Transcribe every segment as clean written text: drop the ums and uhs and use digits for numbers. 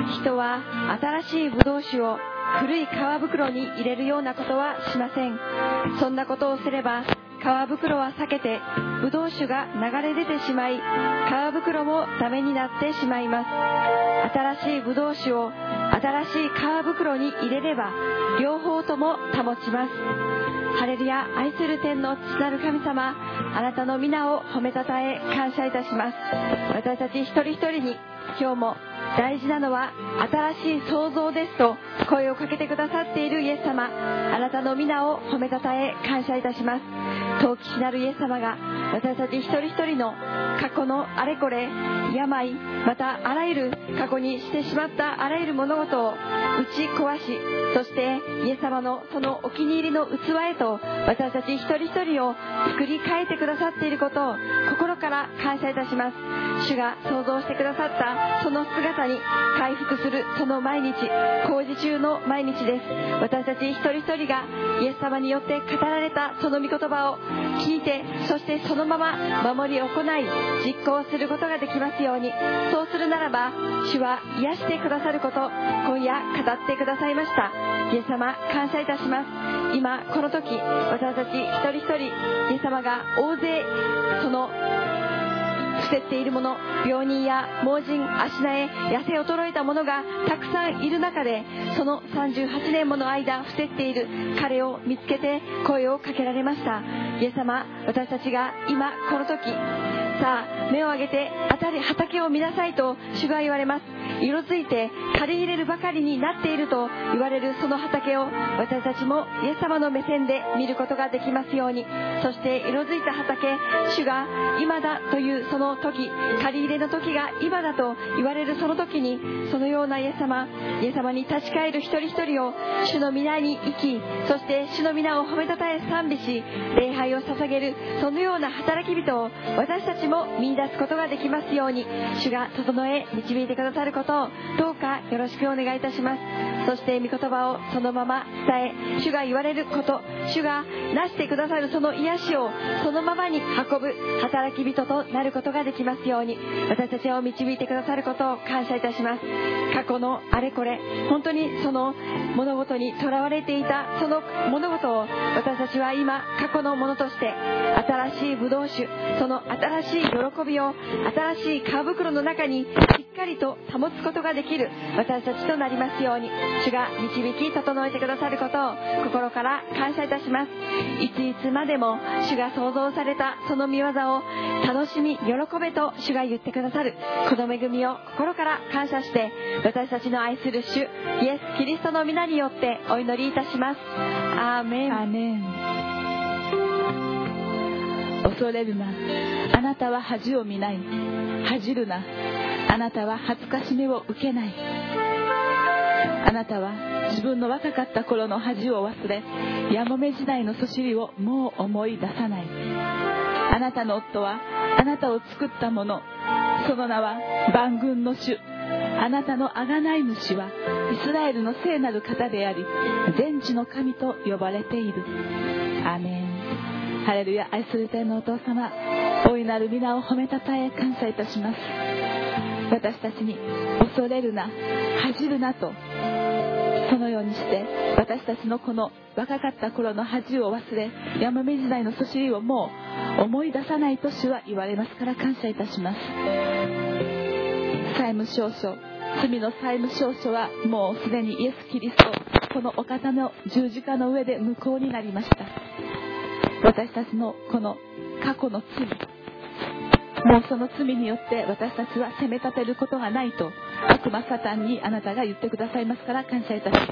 人は新しいブドウ酒を古い皮袋に入れるようなことはしません。そんなことをすれば皮袋は裂けてブドウ酒が流れ出てしまい、皮袋もダメになってしまいます。新しいブドウ酒を新しい皮袋に入れれば両方とも保ちます。ハレルヤ。愛する天の父なる神様、あなたの皆を褒めたたえ感謝いたします。私たち一人一人に今日も大事なのは新しい創造ですと声をかけてくださっているイエス様、あなたの皆を褒めたたえ感謝いたします。遠きしなるイエス様が私たち一人一人の過去のあれこれ、病、またあらゆる過去にしてしまったあらゆる物事を打ち壊し、そしてイエス様のそのお気に入りの器へと私たち一人一人を作り変えてくださっていることを心から感謝いたします。主が創造してくださったその姿に回復するその毎日、工事中の毎日です。私たち一人一人がイエス様によって語られたその御言葉を聞いて、そしてそのまま守り行い実行することができますように。そうするならば主は癒してくださること、今夜語ってくださいました。イエス様感謝いたします。今この時私たち一人一人イエス様が大勢その伏せっているもの、病人や盲人、足なえ、痩せ衰えた者がたくさんいる中で、その38年もの間伏せっている彼を見つけて声をかけられました。イエス様、私たちが今この時、さあ目を上げて畑を見なさいと主が言われます。色づいて刈り入れるばかりになっていると言われるその畑を私たちもイエス様の目線で見ることができますように。そして色づいた畑、主が今だというその時、刈り入れの時が今だと言われるその時に、そのようなイエス様に立ち返る一人一人を主の皆に生き、そして主の皆を褒めたたえ賛美し礼拝を捧げる、そのような働き人を私たちも見出すことができますように、主が整え導いてくださることをどうかよろしくお願いいたします。そして御言葉をそのまま伝え、主が言われること、主がなしてくださるその癒しをそのままに運ぶ働き人となることができますように、私たちを導いてくださることを感謝いたします。過去のあれこれ、本当にその物事にとらわれていたその物事を私たちは今過去のものとして、新しいブドウ酒、その新しい喜びを新しい皮袋の中にしっかりと保つことができる私たちとなりますように、主が導き整えてくださることを心から感謝いたします。いついつまでも主が創造されたその御業を楽しみ喜べと主が言ってくださるこの恵みを心から感謝して、私たちの愛する主イエス・キリストの皆によってお祈りいたします。アーメン。 アーメン。恐れるな、あなたは恥を見ない。恥じるな、あなたは恥ずかしめを受けない。あなたは自分の若かった頃の恥を忘れ、やもめ時代のそしりをもう思い出さない。あなたの夫はあなたを作ったもの、その名は万軍の主。あなたの贖い主はイスラエルの聖なる方であり、全地の神と呼ばれている。アーメン。ハレルヤ。愛する天のお父様、大いなる皆を褒めたたえ感謝いたします。私たちに恐れるな、恥じるなと、そのようにして私たちのこの若かった頃の恥を忘れ、やもめ時代のそしりをもう思い出さないと主は言われますから感謝いたします。債務証書、罪の債務証書はもうすでにイエス・キリスト、このお方の十字架の上で無効になりました。私たちのこの過去の罪、もうその罪によって私たちは責め立てることがないと悪魔サタンにあなたが言ってくださいますから感謝いたします。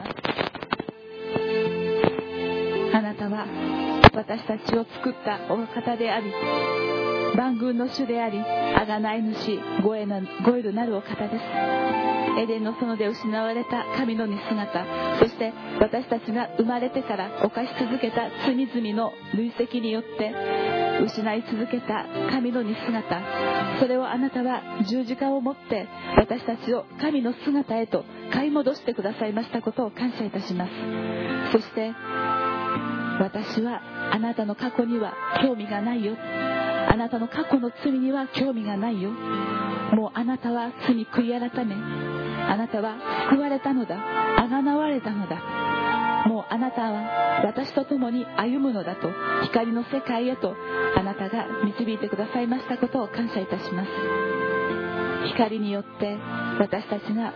あなたは私たちを作ったお方であり、万軍の主であり、贖い主、ご栄るなるお方です。エデンの園で失われた神の似姿、そして私たちが生まれてから犯し続けた罪々の累積によって失い続けた神の似姿、それをあなたは十字架をもって私たちを神の姿へと買い戻してくださいましたことを感謝いたします。そして私はあなたの過去には興味がないよ、あなたの過去の罪には興味がないよ。もうあなたは罪悔い改め、 あなたは救われたのだ、あがなわれたのだ、もうあなたは私と共に歩むのだと、光の世界へとあなたが導いてくださいましたことを感謝いたします。光によって私たちが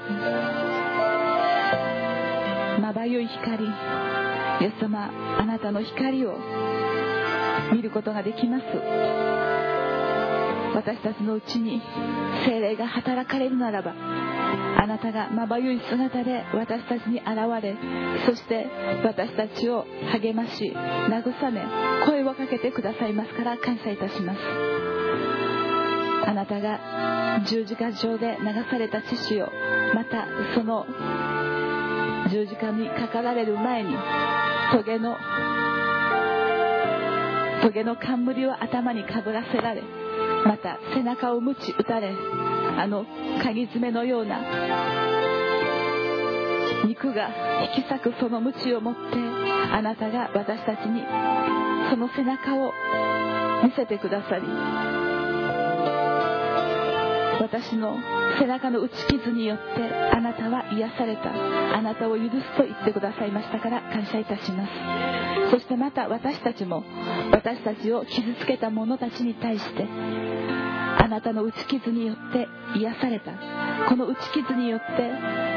まばゆい光、イエス様、あなたの光を見ることができます。私たちのうちに聖霊が働かれるならば、あなたがまばゆい姿で私たちに現れ、そして私たちを励まし慰め声をかけてくださいますから感謝いたします。あなたが十字架上で流された血潮、またその十字架にかかられる前にトゲの冠を頭にかぶらせられ、また背中を鞭打たれ、鍵爪のような肉が引き裂くその鞭を持って、あなたが私たちにその背中を見せてくださり、私の背中の打ち傷によってあなたは癒された、あなたを許すと言ってくださいましたから感謝いたします。そしてまた私たちも私たちを傷つけた者たちに対して、あなたの打ち傷によって癒された、この打ち傷によって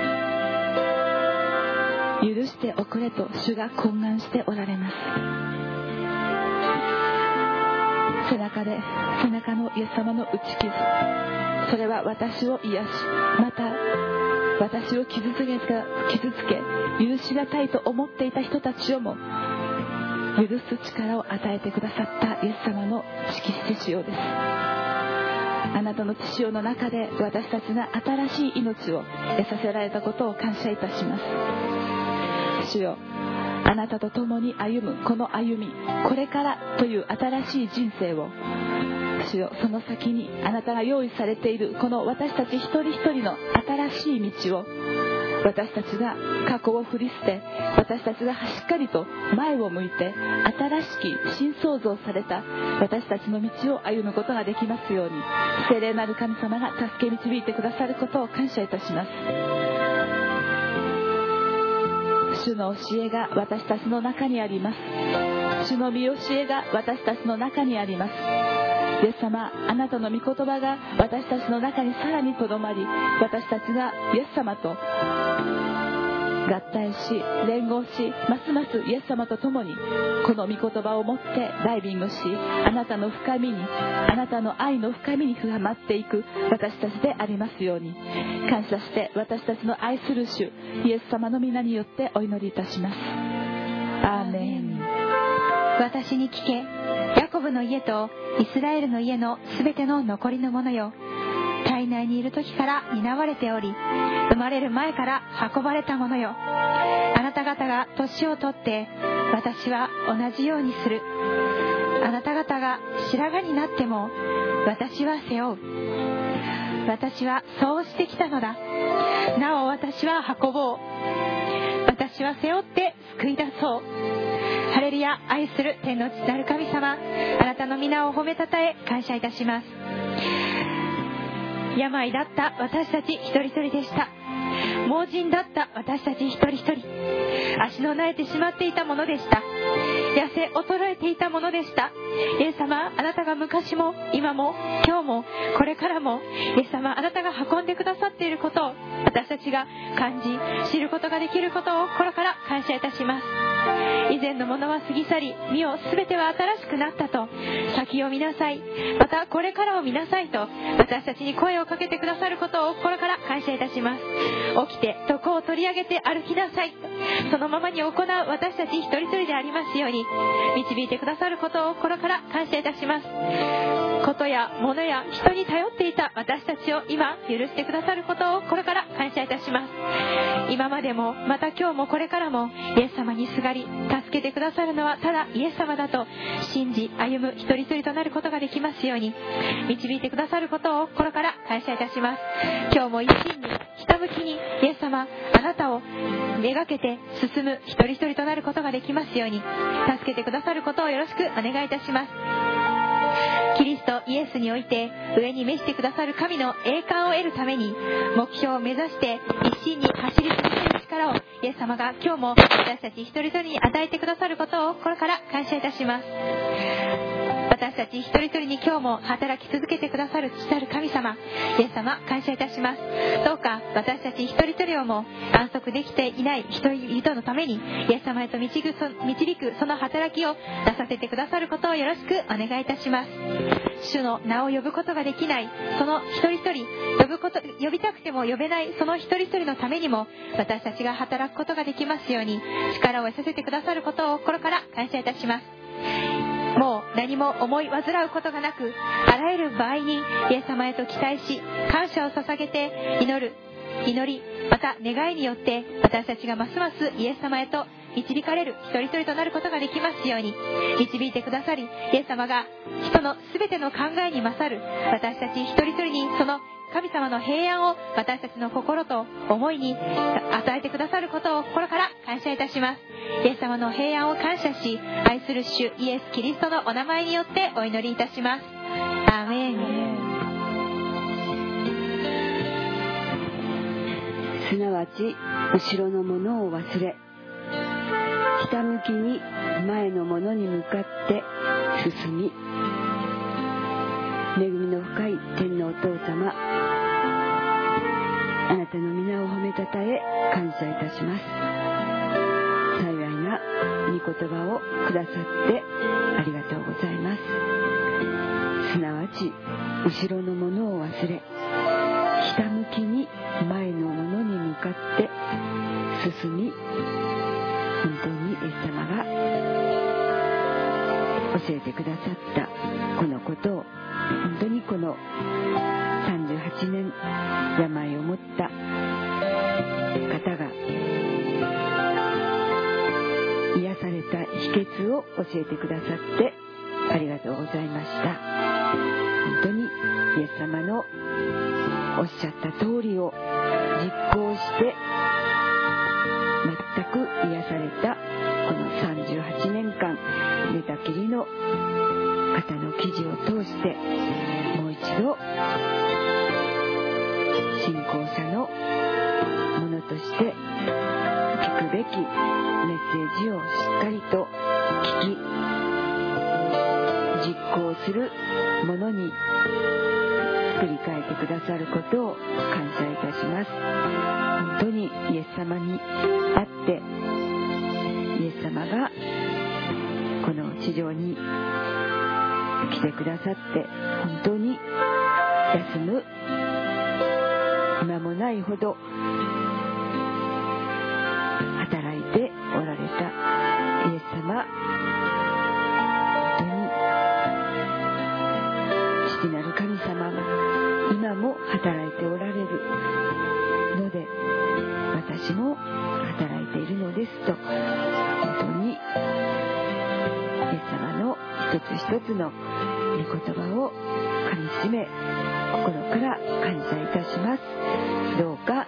許しておくれと主が懇願しておられます。背中のイエス様の打ち傷、それは私を癒し、また私を傷つけ許しがたいと思っていた人たちをも許す力を与えてくださったイエス様の血潮です。あなたの血潮の中で私たちが新しい命を得させられたことを感謝いたします。主よ、あなたと共に歩むこの歩み、これからという新しい人生を、主よ、その先にあなたが用意されているこの私たち一人一人の新しい道を、私たちが過去を振り捨て、私たちがしっかりと前を向いて新しき新創造された私たちの道を歩むことができますように、聖霊なる神様が助け導いてくださることを感謝いたします。主の教えが私たちの中にあります。主の御教えが私たちの中にあります。イエス様、あなたの御言葉が私たちの中にさらにとどまり、私たちがイエス様と合体し連合し、ますますイエス様と共にこの御言葉を持ってダイビングし、あなたの深みに、あなたの愛の深みに深まっていく私たちでありますように感謝して、私たちの愛する主イエス様の皆によってお祈りいたします。アーメン。 私に聞け、ヤコブの家とイスラエルの家のすべての残りのものよ。体内にいる時から担われており、生まれる前から運ばれたものよ。あなた方が年を取って私は同じようにする。あなた方が白髪になっても私は背負う。私はそうしてきたのだ。なお私は運ぼう。私は背負って救い出そう。ハレルヤ。愛する天の父なる神様、あなたの皆を褒めたたえ感謝いたします。病だった私たち一人一人でした。盲人だった私たち一人一人、足の苗えてしまっていたものでした。痩せ衰えていたものでした。イエス様、あなたが昔も今も今日もこれからも、イエス様、あなたが運んでくださっていることを私たちが感じ知ることができることを心から感謝いたします。以前のものは過ぎ去り、見よ全ては新しくなったと、先を見なさい、またこれからを見なさいと私たちに声をかけてくださることを心から感謝いたします。起きて床を取り上げて歩きなさいと、そのままに行う私たち一人一人でありますように導いてくださることを心から感謝いたします。ことや物や人に頼っていた私たちを今許してくださることを心から感謝いたします。今までもまた今日もこれからもイエス様にすがり助けてくださるのはただイエス様だと信じ歩む一人一人となることができますように導いてくださることを心から感謝いたします。今日も一心にひたむきにイエス様、あなたをめがけて進む一人一人となることができますように助けてくださることをよろしくお願いいたします。 キリストイエスにおいて上に召してくださる神の栄冠を得るために目標を目指して一心に走り続ける力をイエス様が今日も私たち一人一人に与えてくださることを心から感謝いたします。私たち一人一人に今日も働き続けてくださる父なる神様、イエス様感謝いたします。どうか私たち一人一人をも安息できていない人々のためにイエス様へと導くその働きをなさせてくださることをよろしくお願いいたします。主の名を呼ぶことができないその一人一人、呼びたくても呼べないその一人一人のためにも私たちが働くことができますように力を得させてくださることを心から感謝いたします。もう何も思い煩うことがなく、あらゆる場合にイエス様へと期待し感謝を捧げて祈り、また願いによって私たちがますますイエス様へと導かれる一人一人となることができますように導いてくださり、イエス様が人の全ての考えに勝る私たち一人一人にその神様の平安を私たちの心と思いに与えてくださることを心から感謝いたします。イエス様の平安を感謝し、愛する主イエス・キリストのお名前によってお祈りいたします。アーメン。 すなわち後ろのものを忘れ、ひたむきに前のものに向かって進み、恵みの深い天のお父様、あなたの皆を褒めたたえ感謝いたします。幸いな御言葉をくださってありがとうございます。すなわち後ろのものを忘れ、ひたむきに前のものに向かって進み、本当にイエス様が教えてくださったこのことを、本当にこの38年病を持った方が癒された秘訣を教えてくださってありがとうございました。本当にイエス様のおっしゃった通りを実行して全く癒されたこの38年間寝たきりの方の記事を通して、もう一度信仰者のものとして聞くべきメッセージをしっかりと聞き実行するものに作り変えてくださることを感謝いたします。本当にイエス様にあってイエス様がこの地上に来てくださって、本当に休む間もないほど働いておられたイエス様、本当に父なる神様が今も働いておられるので、私も働いているのですと、本当にイエス様の一つ一つの御言葉をかみしめ心から感謝いたします。どうか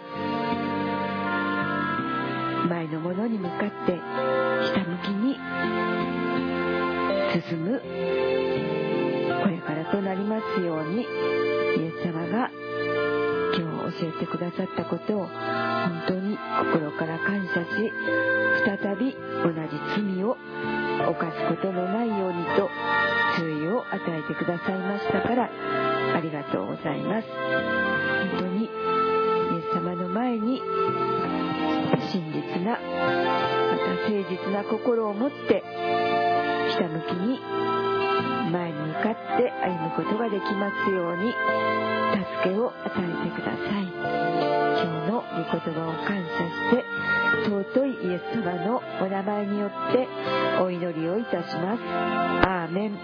前のものに向かってひたむきに進むこれからとなりますように、イエス様が今日教えてくださったことを本当に心から感謝し、再び同じ罪を犯すことのないようにと注意を与えてくださいましたからありがとうございます。本当にイエス様の前に真実な、また誠実な心を持ってひたむきに前に向かって歩むことができますように助けを与えてください。今日の御言葉を感謝して尊いイエス様のお名前によってお祈りをいたします。アーメン。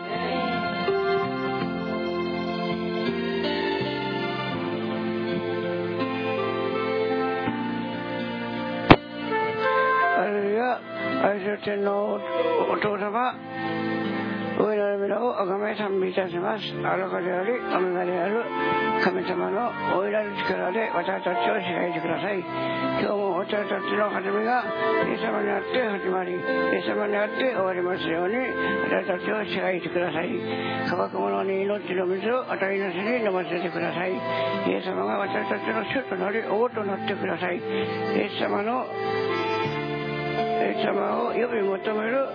ハレルヤ。愛する天のお父様、 上なる皆をあがめ賛美いたします。あらかでありオメガである神様の大いなる力で私たちを支配してください。今日も私たちの始めがイエス様にあって始まり、イエス様にあって終わりますように私たちを支配してください。乾く者に命の水を与えなしに飲ませてください。イエス様が私たちの主となり王となってください。イエス様を呼び求める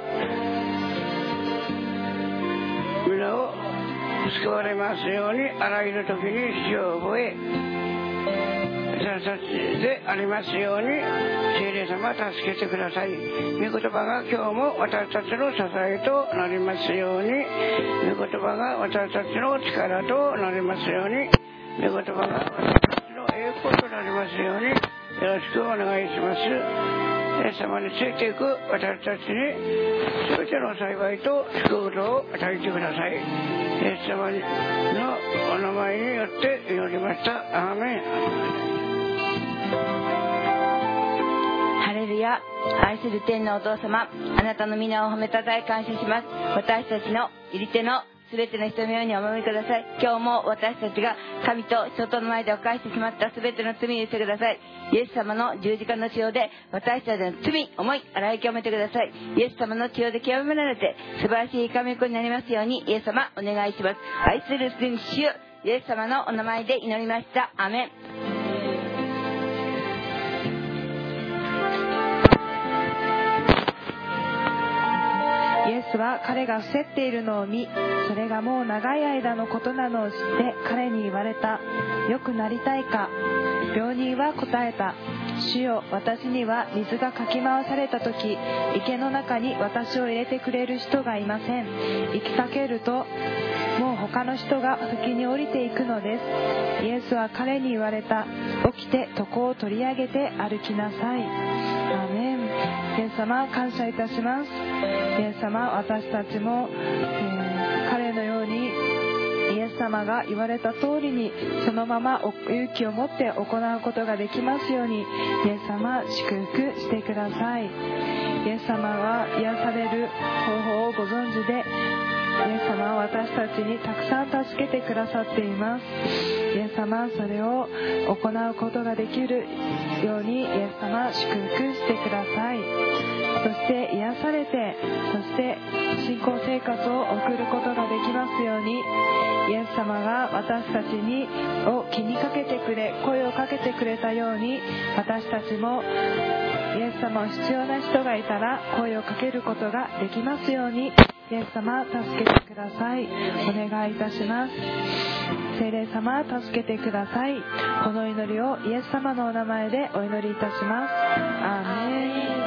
皆を救われますように、あらゆる時に死を覚え私たちでありますように聖霊様助けてください。御言葉が今日も私たちの支えとなりますように、御言葉が私たちの力となりますように、御言葉が私たちの栄光となりますようによろしくお願いします。イエス様についていく私たちに全ての幸いと祝福を与えてください。イエス様のお名前によって祈りました。アーメン。 ハレルヤ。愛する天のお父様、あなたの皆を褒めたたえ感謝します。私たちの入り手のすべての人のようにお守りください。今日も私たちが神と人との前で犯してしまったすべての罪を許してください。イエス様の十字架の血で私たちの罪、思い、洗い清めてください。イエス様の血で清められて素晴らしい神子になりますようにイエス様お願いします。愛する主イエス様のお名前で祈りました。アーメン。 イエスは彼が伏せっているのを見、それがもう長い間のことなのを知って彼に言われた。よくなりたいか。病人は答えた。主よ、私には水がかき回された時、池の中に私を入れてくれる人がいません。行きかけるともう他の人が先に降りていくのです。イエスは彼に言われた。起きて床を取り上げて歩きなさい。アーメン。イエス様感謝いたします。イエス様、私たちも、彼のようにイエス様が言われた通りにそのまま勇気を持って行うことができますように、イエス様祝福してください。イエス様は癒される方法をご存知で、イエス様は私たちにたくさん助けてくださっています。イエス様、それを行うことができるようにイエス様祝福してください。そして癒されて、そして信仰生活を送ることができますように、イエス様が私たちを気にかけてくれ、声をかけてくれたように、私たちもイエス様を必要な人がいたら声をかけることができますように、イエス様助けてください。お願いいたします。聖霊様助けてください。この祈りをイエス様のお名前でお祈りいたします。アーメン。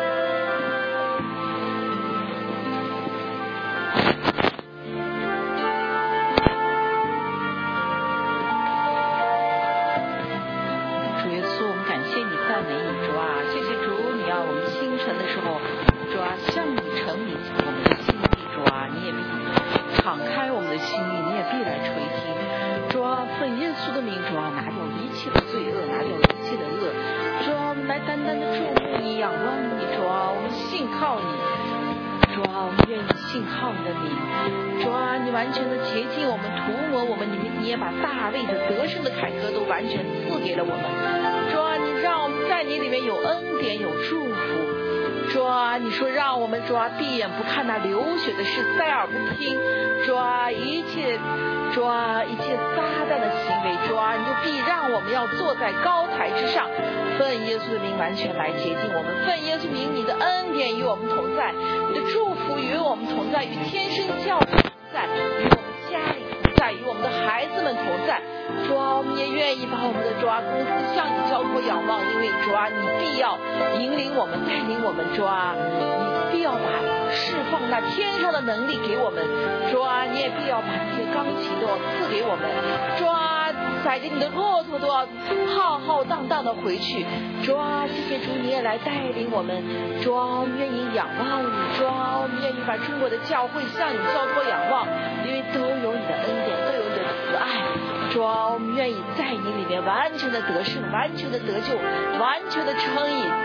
信靠你的名，主啊，你完全的洁净我们，涂抹我们，你也把大卫的得胜的凯歌都完全赐给了我们。主啊，你让我们在你里面有恩典，有祝福。主啊，你说让我们主啊闭眼不看那流血的事，塞耳不听。主啊，一切撒旦的行为，主啊，你就必让我们要坐在高台之上。奉耶稣的名完全来洁净我们，奉耶稣名，你的恩典与我们同在，你的祝福与我们同在，与天生教会同在，与我们家里同在，与我们的孩子们同在。主啊，我们也愿意把我们的主啊公司向你交托仰望，因为主啊，你必要引领我们，带领我们。主啊，你必要把释放那天上的能力给我们。主啊，你也必要把这些钢琴都要赐给我们。主啊，载着你的骆驼都要浩浩荡荡的回去。主啊，谢谢主，你也来带领我们。主啊，我们愿意仰望你。主啊，我们愿意把中国的教会向你交托仰望，因为都有你的恩典，都有你的慈爱。主啊，我们愿意在你里面完全的得胜，完全的得救，完全的称义。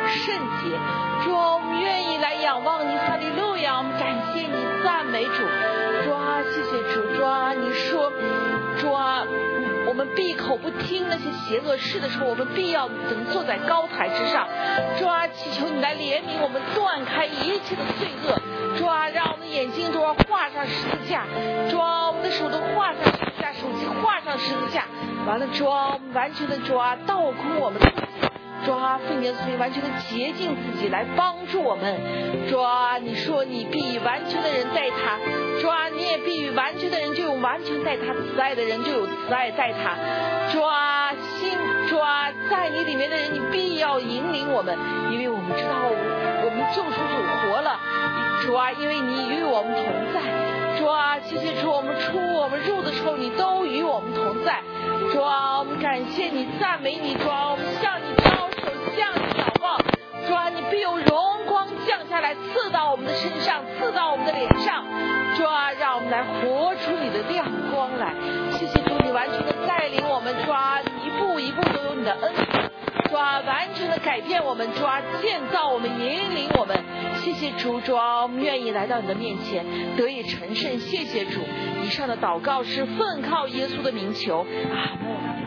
圣洁。主啊，我们愿意来仰望你，哈利路亚！我们感谢你，赞美主。主啊，谢谢主。主啊，你说，主啊，我们闭口不听那些邪恶事的时候，我们必要怎么坐在高台之上。主啊，祈求你来怜悯我们，断开一切的罪恶。主啊，让我们的眼睛都要画上十字架。主啊，我们的手都画上十字架，手机画上十字架。完了，主啊，我们完全的主啊，倒空我们的自己。主啊，奉耶稣名完全的洁净自己，来帮助我们。主啊，你说你必以完全的人待他，主啊，你也必以完全的人就有完全待他，慈爱的人就有慈爱待他。主啊，主啊，在你里面的人，你必要引领我们，因为我们知道我们救赎主活了。主啊，因为你与我们同在。主啊，谢谢主，我们出我们入的时候，你都与我们同在。主啊，我们感谢你，赞美你。主啊，我们向你招手，向你仰望。主啊，你必有荣光降下来，赐到我们的身上，赐到我们的脸上。主啊，让我们来活出你的亮光来。谢谢主，你完全的带领我们。主啊，一步一步都有你的恩典。主啊，完全的改变我们。主啊，建造我们，引领我们。谢谢主。主啊，我们愿意来到你的面前，得以成圣。谢谢主。以上的祷告是奉靠耶稣的名求。阿门。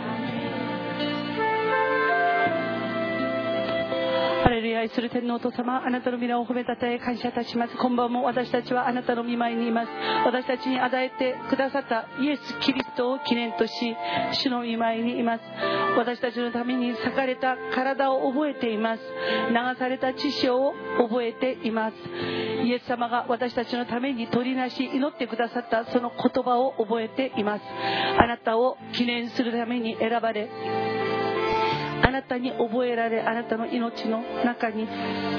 ハレルヤ、愛する天皇お父様、あなたの皆を褒めたたえ感謝いたします。今晩も私たちはあなたの御前にいます。私たちに与えてくださったイエス・キリストを記念とし、主の御前にいます。私たちのために裂かれた体を覚えています。流された血潮を覚えています。イエス様が私たちのために取りなし祈ってくださったその言葉を覚えています。あなたを記念するために選ばれ、あなたに覚えられ、あなたの命の中に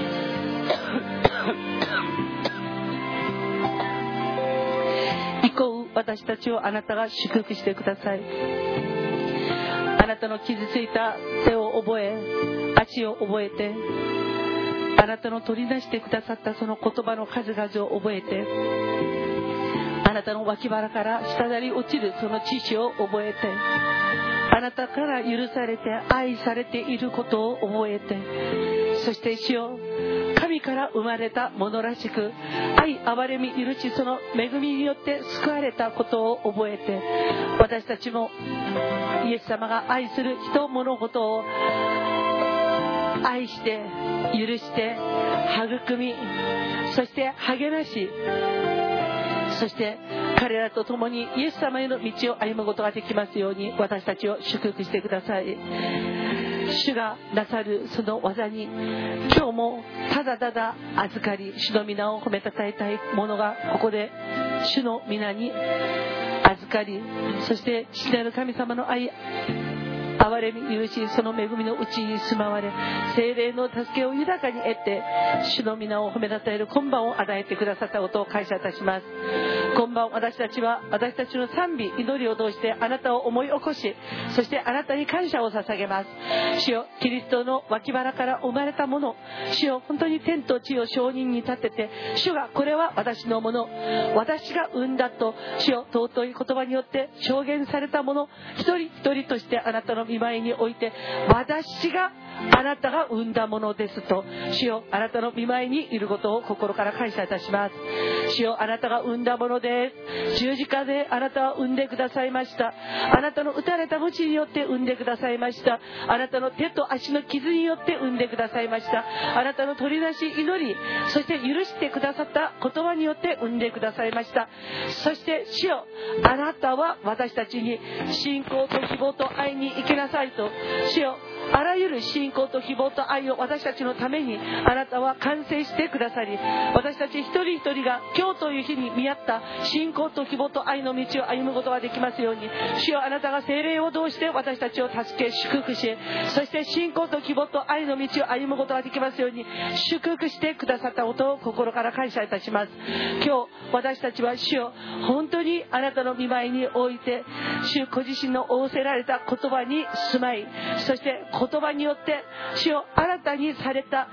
憩う私たちをあなたが祝福してください。あなたの傷ついた手を覚え、足を覚えて、あなたの取り出してくださったその言葉の数々を覚えて、あなたの脇腹から滴り落ちるその血潮を覚えて、あなたから許されて愛されていることを覚えて、そして主よ、神から生まれたものらしく愛、憐れみ、許し、その恵みによって救われたことを覚えて、私たちもイエス様が愛する人物事を愛して許して育み、そして励まし、そして彼らと共にイエス様への道を歩むことができますように、私たちを祝福してください。主がなさるその技に今日もただただ預かり、主の皆を褒めたたえたい者がここで主の皆に預かり、そして父なる神様の愛、憐れみ、許し、その恵みのうちに住まわれ、聖霊の助けを豊かに得て主の皆を褒めたたえる今晩を与えてくださったことを感謝いたします。今晩私たちは私たちの賛美、祈りを通してあなたを思い起こし、そしてあなたに感謝を捧げます。主よ、キリストの脇腹から生まれたもの、主よ、本当に天と地を証人に立てて、主がこれは私のもの、私が生んだと主よ、尊い言葉によって証言されたもの一人一人としてあなたの御前において、私があなたが生んだものですと主よ、あなたの御前にいることを心から感謝いたします。主よ、あなたが生んだものです。十字架であなたは生んでくださいました。あなたの打たれた鞭によって生んでくださいました。あなたの手と足の傷によって生んでくださいました。あなたの取り出し祈り、そして許してくださった言葉によって生んでくださいました。そして主よ、あなたは私たちに信仰と希望と愛に生きなさいと、主よ、あらゆる信仰と希望と愛を私たちのためにあなたは完成してくださり、私たち一人一人が今日という日に見合った信仰と希望と愛の道を歩むことができますように、主よ、あなたが聖霊を通して私たちを助け祝福し、そして信仰と希望と愛の道を歩むことができますように祝福してくださったことを心から感謝いたします。今日私たちは主よ、本当にあなたの御前において主ご自身の仰せられた言葉に住まい、そして言葉によって主よ、新たにされた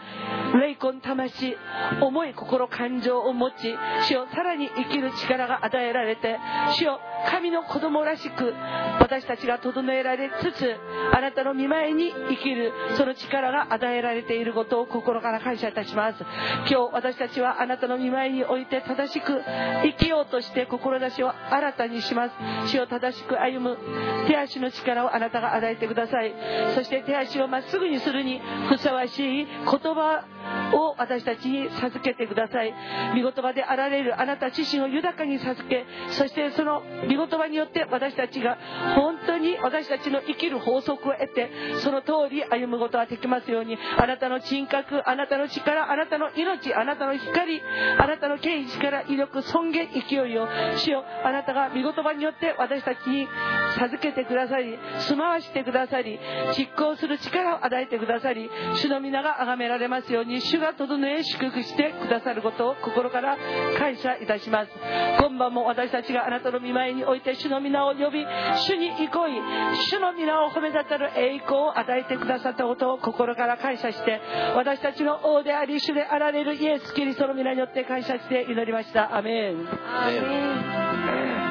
霊魂魂、思い心感情を持ち、主よさらに生きる力が与えられて、主よ神の子供らしく私たちが整えられつつ、あなたの御前に生きるその力が与えられていることを心から感謝いたします。今日私たちはあなたの御前において正しく生きようとして志を新たにします。主を正しく歩む手足の力をあなたが与えてください。そして手足をまっすぐにするにふさわしい言葉を私たちに授けてください。御言葉であられるあなた自身を豊かに授け、そしてその御言葉によって私たちが本当に私たちの生きる法則を得て、その通り歩むことができますように、あなたの人格、あなたの力、あなたの命、あなたの光、あなたの権威、力、威力、尊厳、勢いを主よ、あなたが御言葉によって私たちに授けてくださり、住まわしてくださり、実行する力を与えてくださり、主の皆が崇められますように、主が整え祝福してくださることを心から感謝いたします。今晩も私たちがあなたの御前において主の皆を呼び、主に憩い、主の皆を褒めたたる栄光を与えてくださったことを心から感謝して、私たちの王であり主であられるイエス・キリストの皆によって感謝して祈りました。アメン。 アメン。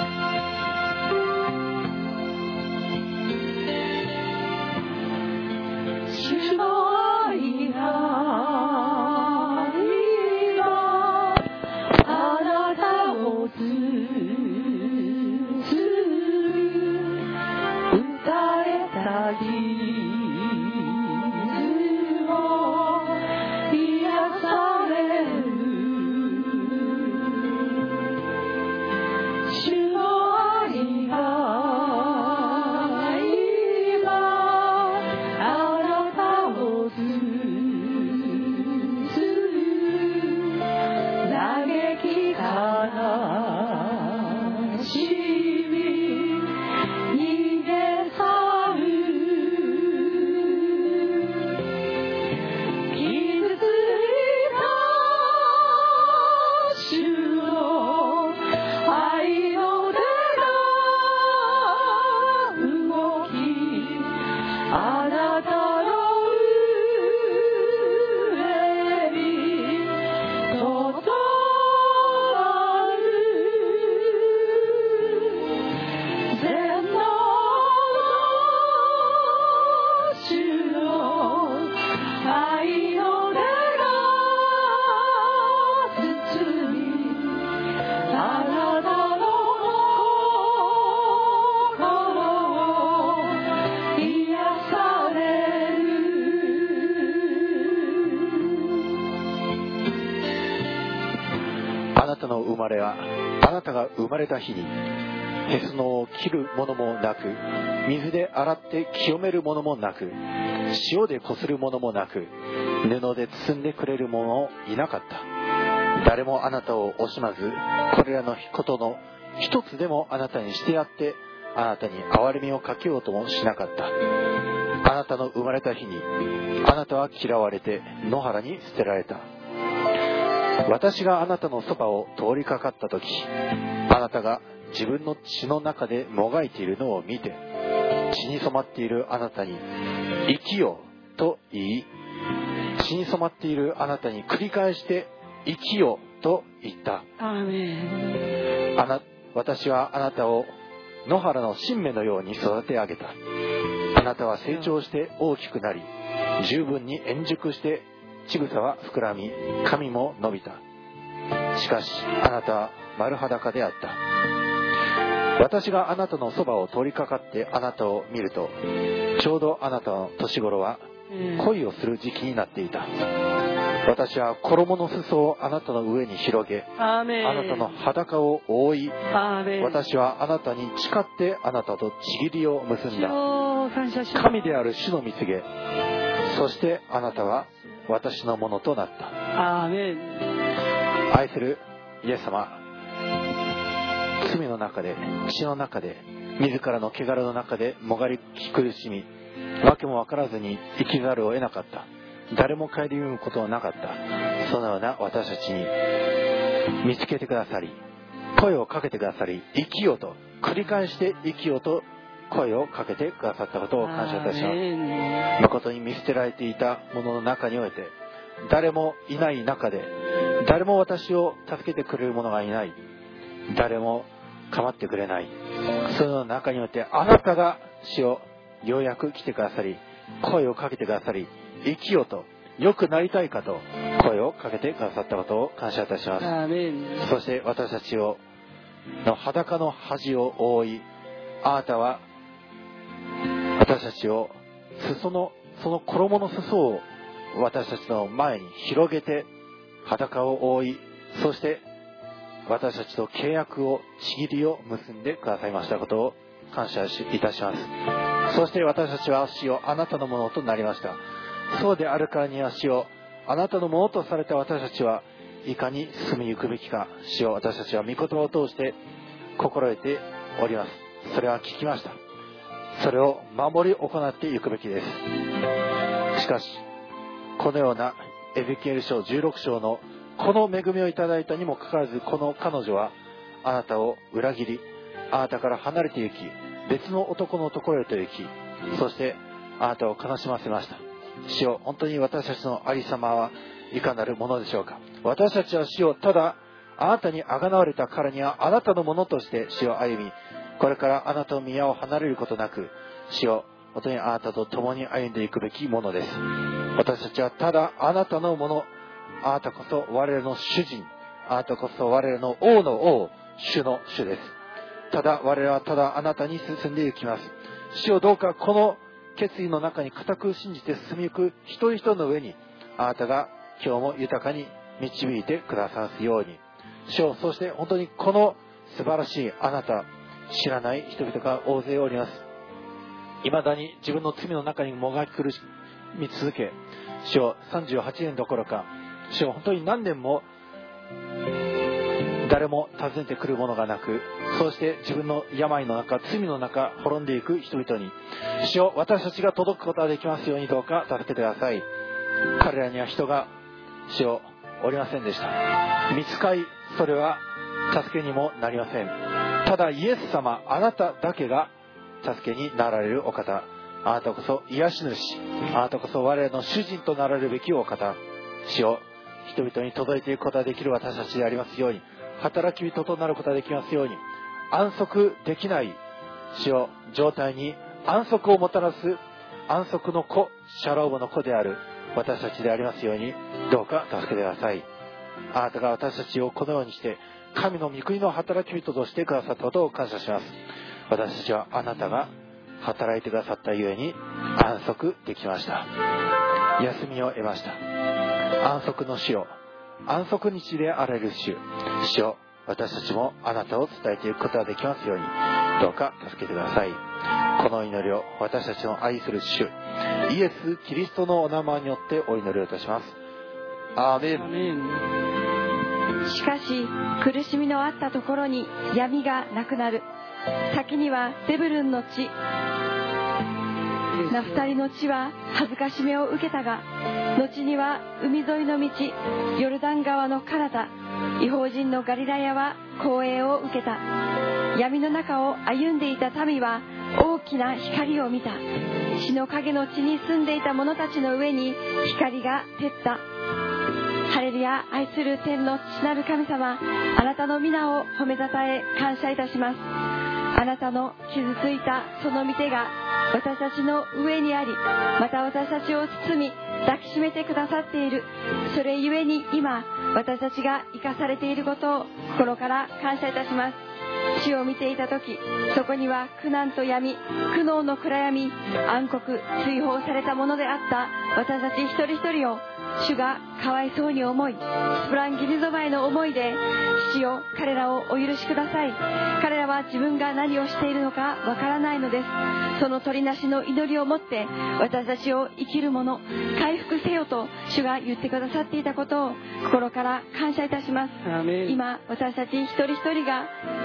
主の愛が今あなたを包み、打たれた傷を癒される。主の愛があなたが生まれた日にへその緒を切るものもなく、水で洗って清めるものもなく、塩でこするものもなく、布で包んでくれる者もいなかった。誰もあなたを惜しまず、これらのことの一つでもあなたにしてやって、あなたに憐れみをかけようともしなかった。あなたの生まれた日にあなたは嫌われて野原に捨てられた。私があなたのそばを通りかかったとき、あなたが自分の血の中でもがいているのを見て、血に染まっているあなたに生きよと言い、血に染まっているあなたに繰り返して生きよと言った。 アーメン。 私はあなたを野原の新芽のように育て上げた。あなたは成長して大きくなり、十分に円熟して乳草は膨らみ、髪も伸びた。しかしあなたは丸裸であった。私があなたのそばを通りかかってあなたを見ると、ちょうどあなたの年頃は恋をする時期になっていた。私は衣の裾をあなたの上に広げ、あなたの裸を覆い、私はあなたに誓ってあなたと契りを結んだ。神である主の御告げ、そしてあなたは私のものとなった。 アーメン。 愛するイエス様、罪の中で、血の中で、自らの汚れの中でもがり苦しみ、わけも分からずに生きざるを得なかった。誰も顧むことはなかった。そのような私たちに見つけてくださり、声をかけてくださり、生きようと、繰り返して生きようと声をかけてくださったことを感謝いたします。誠に見捨てられていたものの中において、 誰もいない中で、誰も私を助けてくれる者がいない、誰も構ってくれない、その中によってあなたが主よようやく来てくださり、声をかけてくださり、生きようと、良くなりたいかと声をかけてくださったことを感謝いたします。そして私たちの裸の恥を覆い、あなたは私たちをその衣の裾を私たちの前に広げて裸を覆い、そして私たちと契約を、契りを結んでくださいましたことを感謝いたします。そして私たちは主よあなたのものとなりました。そうであるからには主よ、あなたのものとされた私たちはいかに進みゆくべきか、主よ私たちは御言葉を通して心得ております。それは聞きました。それを守り行っていくべきです。しかしこのようなエゼキエル書16章のこの恵みをいただいたにもかかわらず、この彼女はあなたを裏切り、あなたから離れて行き、別の男のところへと行き、そしてあなたを悲しませました。主よ、本当に私たちのありさまはいかなるものでしょうか。私たちは主よ、ただあなたにあがなわれたからにはあなたのものとして主を歩み、これからあなたの宮を離れることなく、主よ、本当にあなたと共に歩んでいくべきものです。私たちはただあなたのもの、あなたこそ我らの主人、あなたこそ我らの王の王、主の主です。ただ我らはただあなたに進んでいきます。主よ、どうかこの決意の中に固く信じて進みゆく一人一人の上に、あなたが今日も豊かに導いてくださるように。主よ、そして本当にこの素晴らしいあなた、知らない人々が大勢おります。未だに自分の罪の中にもがき苦しみ続け、主よ38年どころか、主よ本当に何年も誰も訪ねてくるものがなく、そうして自分の病の中、罪の中滅んでいく人々に、主よ私たちが届くことができますように、どうか助けてください。彼らには人が主よおりませんでした。御使い、それは助けにもなりません。ただイエス様、あなただけが助けになられるお方、あなたこそ癒し主、あなたこそ我らの主人となられるべきお方、主よ人々に届いていくことができる私たちでありますように、働き人となることができますように、安息できない主よ状態に安息をもたらす安息の子、シャロームの子である私たちでありますように、どうか助けてください。あなたが私たちをこのようにして神の御国の働き人としてくださったことを感謝します。私たちはあなたが働いてくださったゆえに安息できました。休みを得ました。安息の主よ、安息日であられる主よ、私たちもあなたを伝えていくことができますように、どうか助けてください。この祈りを私たちの愛する主イエス・キリストのお名前によってお祈りをいたします。アーメン。 しかし苦しみのあったところに闇がなくなる。先にはゼブルンの地、ナフタリの地は恥ずかしめを受けたが、後には海沿いの道、ヨルダン川の彼方、異邦人のガリラヤは光栄を受けた。闇の中を歩んでいた民は大きな光を見た。死の影の地に住んでいた者たちの上に光が照った。ハレルヤ。愛する天の父なる神様、あなたの皆を褒めたたえ感謝いたします。あなたの傷ついたその御手が私たちの上にあり、また私たちを包み抱きしめてくださっている。それゆえに今私たちが生かされていることを心から感謝いたします。地を見ていた時、そこには苦難と闇、苦悩の暗闇、暗黒、追放されたものであった私たち一人一人を主がかわいそうに思い、スプランギリゾバへの思いで、父よ彼らをお許しください。彼らは自分が何をしているのかわからないのです。その取りなしの祈りをもって私たちを生きるもの、回復せよと主が言ってくださっていたことを心から感謝いたします。今私たち一人一人がいかに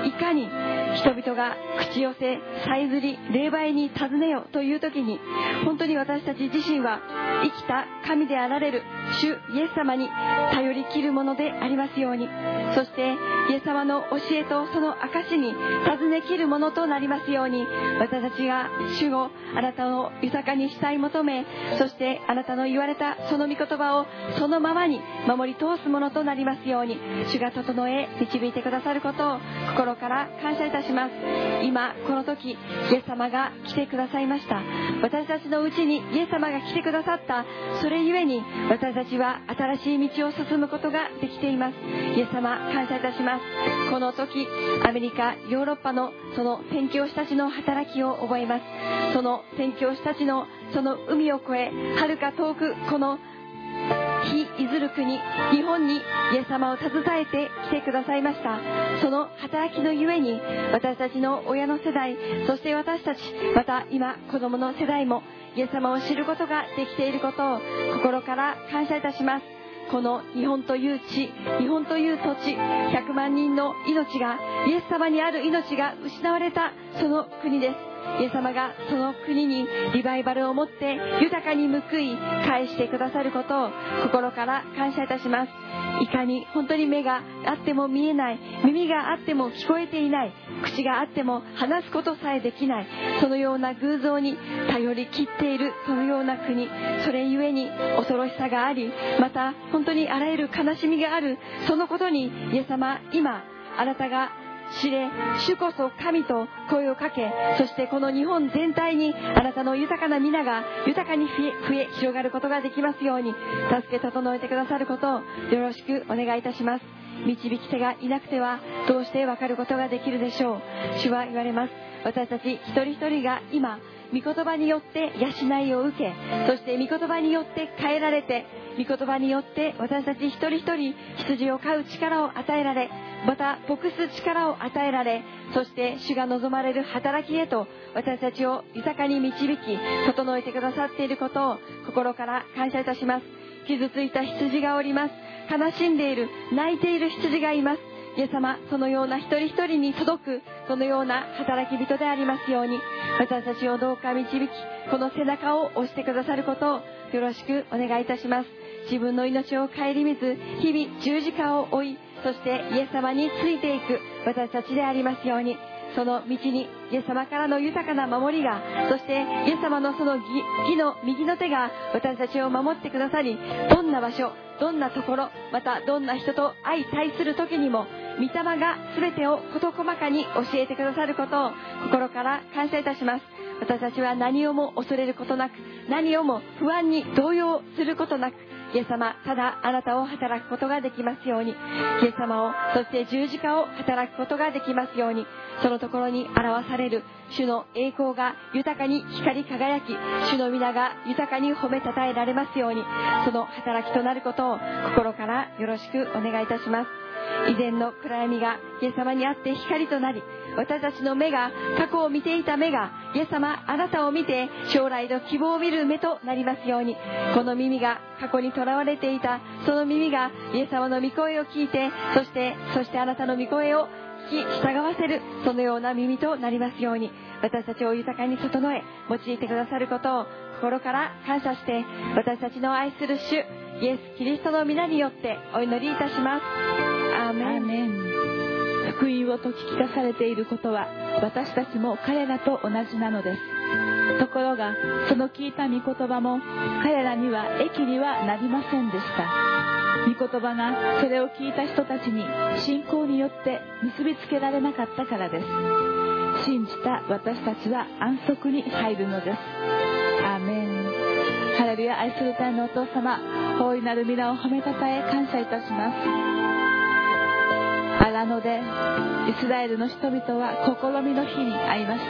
に人々が口寄せさえずり霊媒に尋ねよという時に、本当に私たち自身は生きた神であられる主イエス様に頼りきるものでありますように、そしてイエス様の教えとその証に尋ねきるものとなりますように、私たちが主をあなたを豊かにしたい求め、そしてあなたの言われたその御言葉をそのままに守り通すものとなりますように、主が整え導いてくださることを心から感謝いたします。今この時イエス様が来てくださいました。私たちのうちにイエス様が来てくださった。それゆえに私たちは新しい道を進むことができています。イエス様感謝いたします。この時アメリカヨーロッパのその宣教師たちの働きを覚えます。その宣教師たちのその海を越え、はるか遠くこの非いずる国日本にイエス様を携えて来てくださいました。その働きのゆえに私たちの親の世代、そして私たち、また今子供の世代もイエス様を知ることができていることを心から感謝いたします。この日本という地、日本という土地、100万人の命が、イエス様にある命が失われたその国です。イエス様がその国にリバイバルを持って豊かに報い返してくださることを心から感謝いたします。いかに本当に目があっても見えない、耳があっても聞こえていない、口があっても話すことさえできない、そのような偶像に頼り切っているそのような国、それゆえに恐ろしさがあり、また本当にあらゆる悲しみがある、そのことにイエス様、今あなたが知れ、主こそ神と声をかけ、そしてこの日本全体にあなたの豊かな皆が豊かに増え広がることができますように、助け整えてくださることをよろしくお願いいたします。導き手がいなくてはどうして分かることができるでしょう。主は言われます。私たち一人一人が今御言葉によって養いを受け、そして御言葉によって変えられて、御言葉によって私たち一人一人羊を飼う力を与えられ、また牧す力を与えられ、そして主が望まれる働きへと私たちを豊かに導き整えてくださっていることを心から感謝いたします。傷ついた羊がおります。悲しんでいる、泣いている羊がいます。イエス様、そのような一人一人に届くそのような働き人でありますように、私たちをどうか導き、この背中を押してくださることをよろしくお願いいたします。自分の命を顧みず日々十字架を追い、そしてイエス様についていく私たちでありますように、その道にイエス様からの豊かな守りが、そしてイエス様のその義の右の手が私たちを守ってくださり、どんな場所、どんなところ、またどんな人と相対する時にも御霊が全てを事細かに教えてくださることを心から感謝いたします。私たちは何をも恐れることなく、何をも不安に動揺することなく、イエス様、ただあなたを働くことができますように、イエス様を、そして十字架を働くことができますように、そのところに表される主の栄光が豊かに光り輝き、主の皆が豊かに褒めたたえられますように、その働きとなることを心からよろしくお願いいたします。以前の暗闇がイエス様にあって光となり、私たちの目が過去を見ていた目がイエス様あなたを見て将来の希望を見る目となりますように、この耳が過去にとらわれていたその耳がイエス様の御声を聞いて、そしてあなたの御声を聞き従わせる、そのような耳となりますように、私たちを豊かに整え用いてくださることを心から感謝して、私たちの愛する主イエス・キリストの皆によってお祈りいたします。アーメン。 アーメン。福音を説き聞かされていることは私たちも彼らと同じなのです。ところがその聞いた御言葉も彼らには益にはなりませんでした。御言葉がそれを聞いた人たちに信仰によって結びつけられなかったからです。信じた私たちは安息に入るのです。アーメン。ハレルヤ。愛する天のお父様、大いなる皆を褒めたたえ感謝いたします。荒野でイスラエルの人々は試みの日に会いました。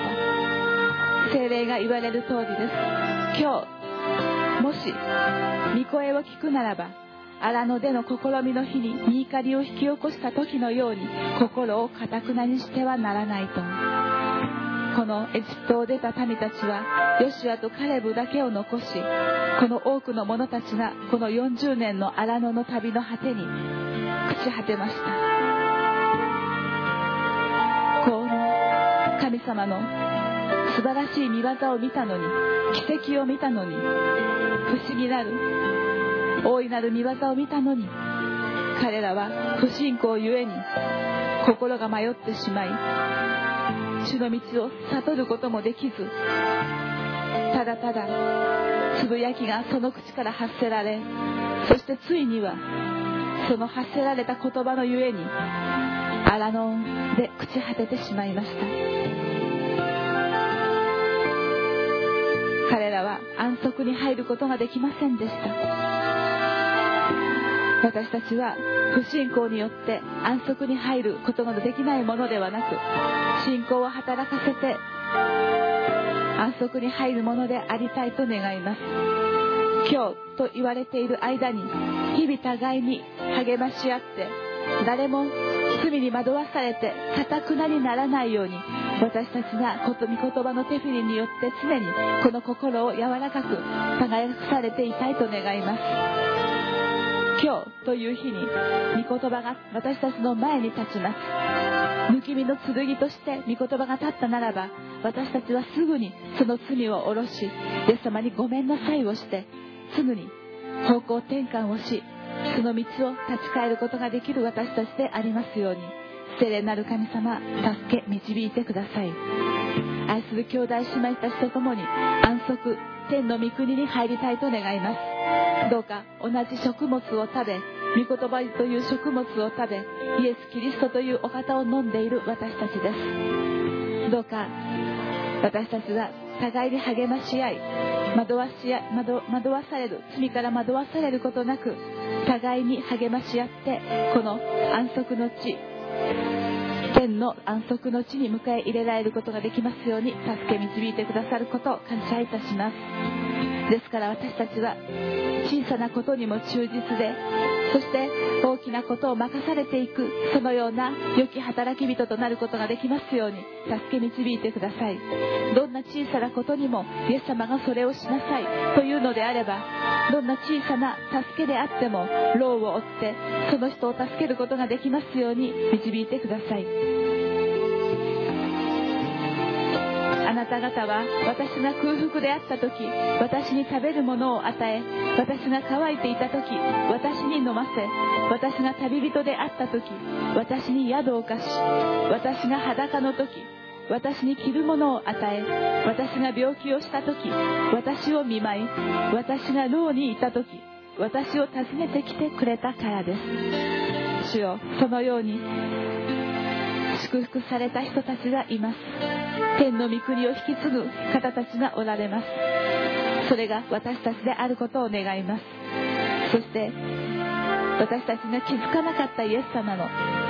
聖霊が言われる通りです。今日もし御声を聞くならば、荒野での試みの日に御怒りを引き起こした時のように心を堅くなにしてはならないと。このエジプトを出た民たちはヨシュアとカレブだけを残し、この多くの者たちがこの40年の荒野の旅の果てに朽ち果てました。こう神様の素晴らしい御業を見たのに、奇跡を見たのに、不思議なる大いなる御業を見たのに、彼らは不信仰ゆえに心が迷ってしまい、主の道を悟ることもできず、ただただつぶやきがその口から発せられ、そしてついにはその発せられた言葉のゆえに荒野で朽ち果ててしまいました。彼らは安息に入ることができませんでした。私たちは不信仰によって安息に入ることができないものではなく、信仰を働かせて安息に入るものでありたいと願います。今日と言われている間に日々互いに励まし合って、誰も罪に惑わされて堅なにならないように、私たちが御言葉のテフィリによって常にこの心を柔らかく耕されていたいと願います。今日という日に御言葉が私たちの前に立ちます。抜き身の剣として御言葉が立ったならば、私たちはすぐにその罪を下ろし、イエス様にごめんなさいをして、すぐに方向転換をし、その道を立ち返ることができる私たちでありますように、聖霊なる神様、助け導いてください。愛する兄弟姉妹たちと共に安息、天の御国に入りたいと願います。どうか同じ食物を食べ、御言葉という食物を食べ、イエス・キリストというお方を飲んでいる私たちです。どうか私たちは互いに励まし合い、惑わされる、罪から惑わされることなく、互いに励まし合って、この安息の地、天の安息の地に迎え入れられることができますように、助け導いてくださることを感謝いたします。ですから私たちは小さなことにも忠実で、そして大きなことを任されていく、そのような良き働き人となることができますように助け導いてください。どんな小さなことにもイエス様がそれをしなさいというのであれば、どんな小さな助けであっても労を負ってその人を助けることができますように導いてください。あなた方は私が空腹であった時、私に食べるものを与え、私が乾いていた時、私に飲ませ、私が旅人であった時、私に宿を貸し、私が裸の時、私に着るものを与え、私が病気をした時、私を見舞い、私が牢にいた時、私を訪ねてきてくれたからです。主よ、そのように祝福された人たちがいます。天の御国を引き継ぐ方たちがおられます。それが私たちであることを願います。そして私たちが気づかなかったイエス様、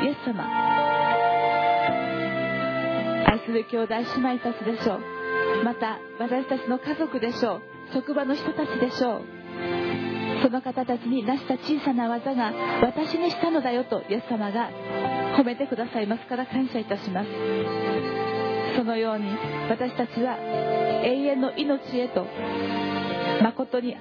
愛する兄弟姉妹たちでしょう。また私たちの家族でしょう。職場の人たちでしょう。その方たちに成した小さな技が私にしたのだよとイエス様が褒めてくださいますから感謝いたします。そのように私たちは永遠の命へと誠に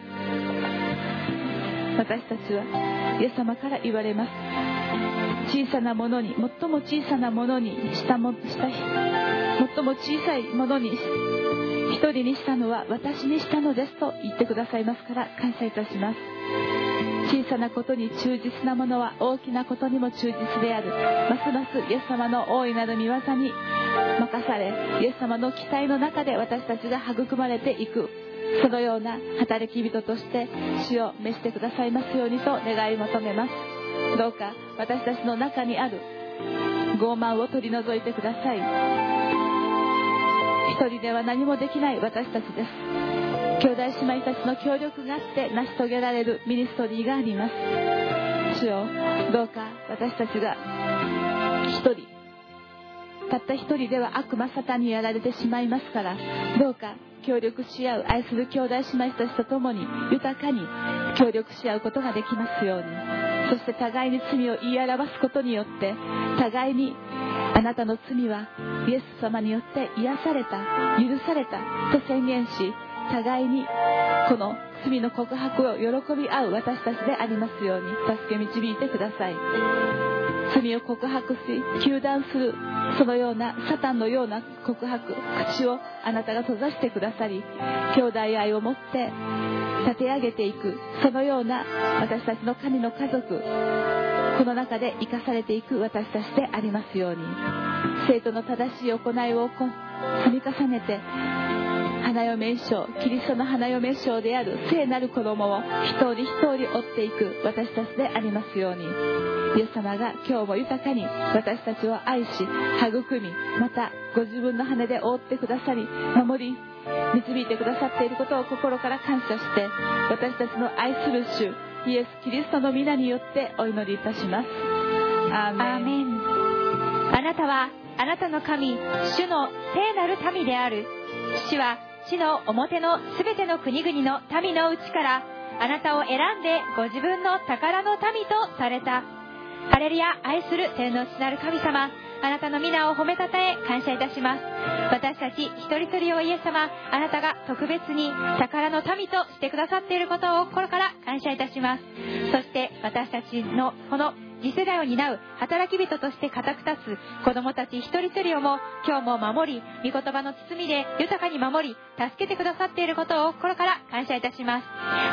私たちはイエス様から言われます。小さなものに、最も小さなものに最も小さいものに一人にしたのは私にしたのですと言ってくださいますから感謝いたします。小さなことに忠実なものは大きなことにも忠実である。ますますイエス様の大いなる御業に任され、イエス様の期待の中で私たちが育まれていく、そのような働き人として主を召してくださいますようにと願い求めます。どうか私たちの中にある傲慢を取り除いてください。一人では何もできない私たちです。兄弟姉妹たちの協力があって成し遂げられるミニストリーがあります。主よ、どうか私たちがたった一人では悪魔サタンにやられてしまいますから、どうか協力し合う愛する兄弟姉妹たちと共に豊かに協力し合うことができますように、そして互いに罪を言い表すことによって互いにあなたの罪はイエス様によって癒された、許されたと宣言し、互いにこの罪の告白を喜び合う私たちでありますように助け導いてください。 罪を告白し糾弾するそのようなサタンのような告白口をあなたが閉ざしてくださり、兄弟愛を持って立て上げていく、そのような私たちの神の家族、この中で生かされていく私たちでありますように、生徒の正しい行いを積み重ねて花嫁衣装、キリストの花嫁衣装である聖なる衣を一人一人追っていく私たちでありますように、イエス様が今日も豊かに私たちを愛し育み、またご自分の羽で覆ってくださり守り導いてくださっていることを心から感謝して、私たちの愛する主イエス・キリストの皆によってお祈りいたします。アーメン。 あなたはあなたの神主の聖なる民である。主は地の表のすべての国々の民のうちからあなたを選んでご自分の宝の民とされた。ハレルヤ。愛する天の父なる神様、あなたの皆を褒めたたえ感謝いたします。私たち一人一人をイエス様、あなたが特別に宝の民としてくださっていることを心から感謝いたします。そして私たちのこの次世代を担う働き人として固く立つ子供たち一人一人をも今日も守り、御言葉の包みで豊かに守り助けてくださっていることを心から感謝いたします。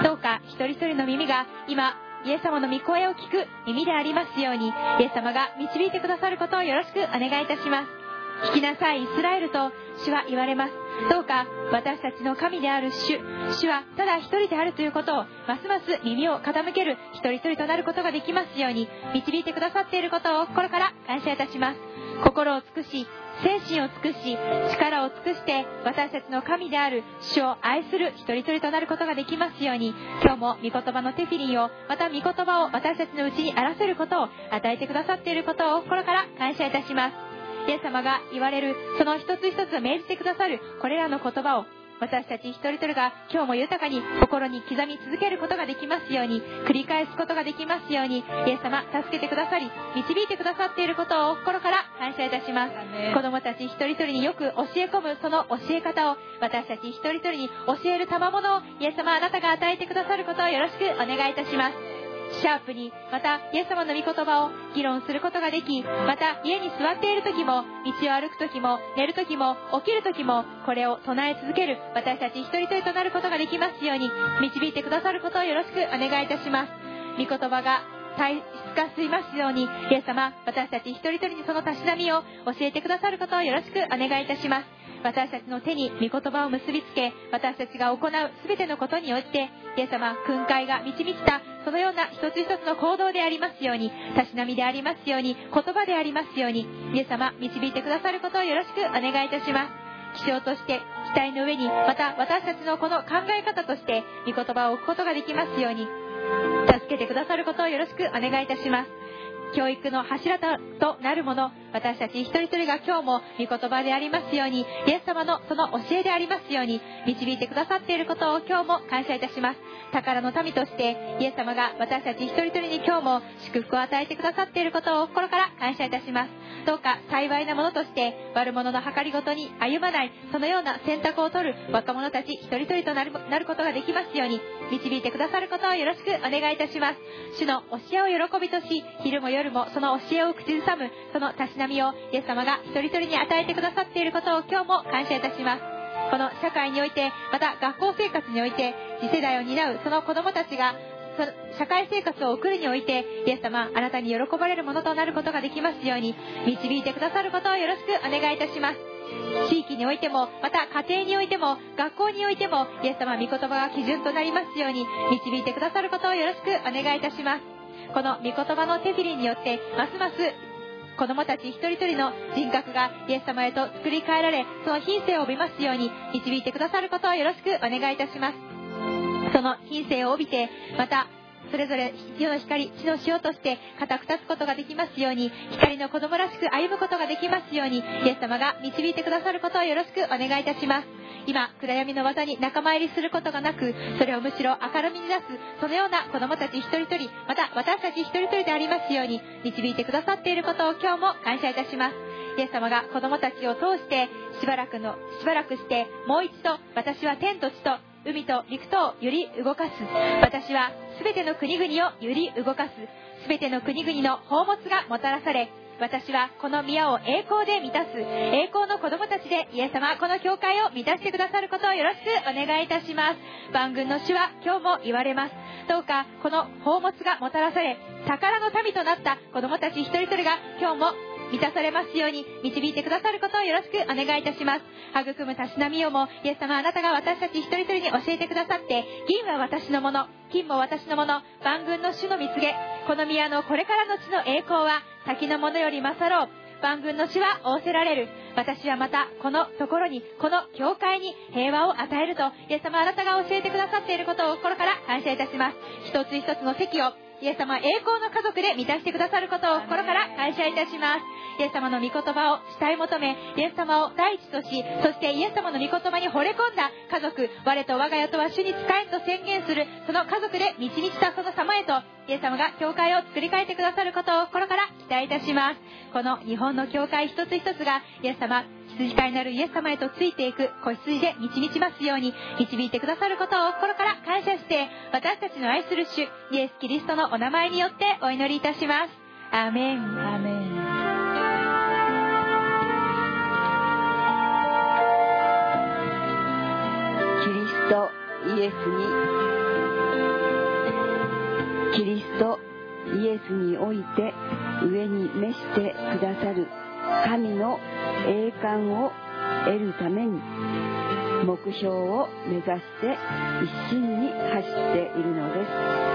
どうか一人一人の耳が今イエス様の御声を聞く耳でありますように、イエス様が導いてくださることをよろしくお願いいたします。聞きなさいイスラエルと主は言われます。どうか私たちの神である主はただ一人であるということをますます耳を傾ける一人一人となることができますように導いてくださっていることを心から感謝いたします。心を尽くし精神を尽くし力を尽くして私たちの神である主を愛する一人一人となることができますように、今日も御言葉のテフィリンをまた御言葉を私たちのうちにあらせることを与えてくださっていることを心から感謝いたします。イエス様が言われるその一つ一つを命じてくださるこれらの言葉を私たち一人一人が今日も豊かに心に刻み続けることができますように、繰り返すことができますように、イエス様助けてくださり導いてくださっていることを心から感謝いたします。子供たち一人一人によく教え込むその教え方を私たち一人一人に教える賜物をイエス様あなたが与えてくださることをよろしくお願いいたします。シャープにまたイエス様の御言葉を議論することができ、また家に座っている時も道を歩く時も寝る時も起きる時もこれを唱え続ける私たち一人一人となることができますように導いてくださることをよろしくお願いいたします。御言葉が体質化しますように、イエス様私たち一人一人にそのたしなみを教えてくださることをよろしくお願いいたします。私たちの手に御言葉を結びつけ、私たちが行う全てのことにおいてイエス様訓戒が満ち満ちたそのような一つ一つの行動でありますように、たしなみでありますように、言葉でありますようにイエス様導いてくださることをよろしくお願いいたします。気象として機体の上にまた私たちのこの考え方として御言葉を置くことができますように助けてくださることをよろしくお願いいたします。教育の柱となるもの、私たち一人一人が今日も御言葉でありますように、イエス様のその教えでありますように導いてくださっていることを今日も感謝いたします。宝の民としてイエス様が私たち一人一人に今日も祝福を与えてくださっていることを心から感謝いたします。どうか幸いなものとして悪者の計りごとに歩まないそのような選択を取る若者たち一人一人となることができますように導いてくださることをよろしくお願いいたします。主の教えを喜びとし、昼も夜もその教えを口ずさむそのたしなみをイエス様が一人一人に与えてくださっていることを今日も感謝いたします。この社会においてまた学校生活において次世代を担うその子どもたちが社会生活を送るにおいてイエス様あなたに喜ばれるものとなることができますように導いてくださることをよろしくお願いいたします。地域においてもまた家庭においても学校においてもイエス様御言葉が基準となりますように導いてくださることをよろしくお願いいたします。この御言葉のテフィリンによってますます子供たち一人一人の人格がイエス様へと作り変えられその品性を帯びますように導いてくださることをよろしくお願いいたします。その品性を帯びてまたそれぞれ世の光地の塩として固く立つことができますように光の子供らしく歩むことができますようにイエス様が導いてくださることをよろしくお願いいたします。今暗闇の技に仲間入りすることがなくそれをむしろ明るみに出すそのような子供たち一人一人また私たち一人一人でありますように導いてくださっていることを今日も感謝いたします。イエス様が子供たちを通してしばらくしてもう一度私は天と地と海と陸とを揺り動かす。私はすべての国々を揺り動かす。すべての国々の宝物がもたらされ、私はこの宮を栄光で満たす。栄光の子供たちでイエス様、この教会を満たしてくださることをよろしくお願いいたします。万軍の主は今日も言われます。どうかこの宝物がもたらされ、宝の民となった子供たち一人一人が今日も満たされますように導いてくださることをよろしくお願いいたします。育むたしなみをもイエス様、あなたが私たち一人一人に教えてくださって、銀は私のもの、金も私のもの、万軍の主の蜜げ、この宮のこれからの地の栄光は先のものより勝ろう。万軍の主は仰せられる。私はまたこのところに、この教会に平和を与えると、イエス様、あなたが教えてくださっていることを心から感謝いたします。一つ一つの席をイエス様、栄光の家族で満たしてくださることを心から感謝いたします。イエス様の御言葉を慕い求め、イエス様を第一とし、そしてイエス様の御言葉に惚れ込んだ家族、我と我が家とは主に仕えんと宣言する、その家族で満ち満ちたその様へと、イエス様が教会を作り変えてくださることを心から期待いたします。この日本の教会一つ一つが、イエス様、羊飼いなるイエス様へとついていく子羊で満ち満ちますように導いてくださることを心から感謝して、私たちの愛する主イエス・キリストのお名前によってお祈りいたします。アーメン。アーメン。 キリストイエスにおいて上に召してくださる神の栄冠を得るために目標を目指して一心に走っているのです。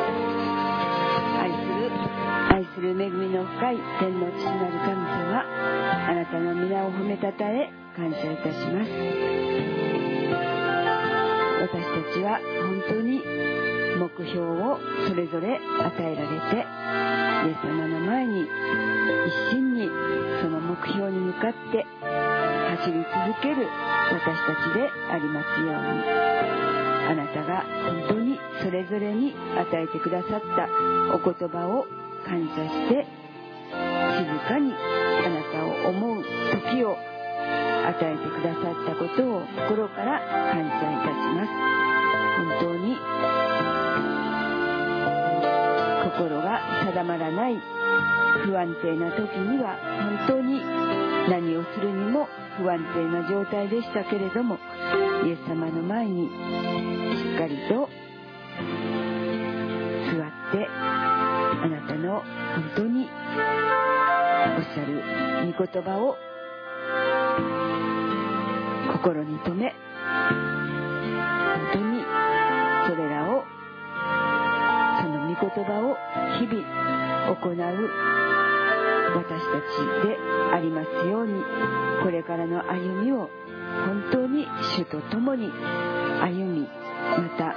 愛する恵みの深い天の父なる神様、あなたの皆を褒めたたえ感謝いたします。私たちは本当に目標をそれぞれ与えられて、イエス様の前に一心にその目標に向かって走り続ける私たちでありますように、あなたが本当にそれぞれに与えてくださったお言葉を感謝して、静かにあなたを思う時を与えてくださったことを心から感謝いたします。本当に心が定まらない不安定な時には本当に何をするにも不安定な状態でしたけれども、イエス様の前にしっかりと座ってあなたの本当におっしゃる御言葉を心に留め、本当にそれらをその御言葉を日々行う私たちでありますように、これからの歩みを本当に主と共に歩み、また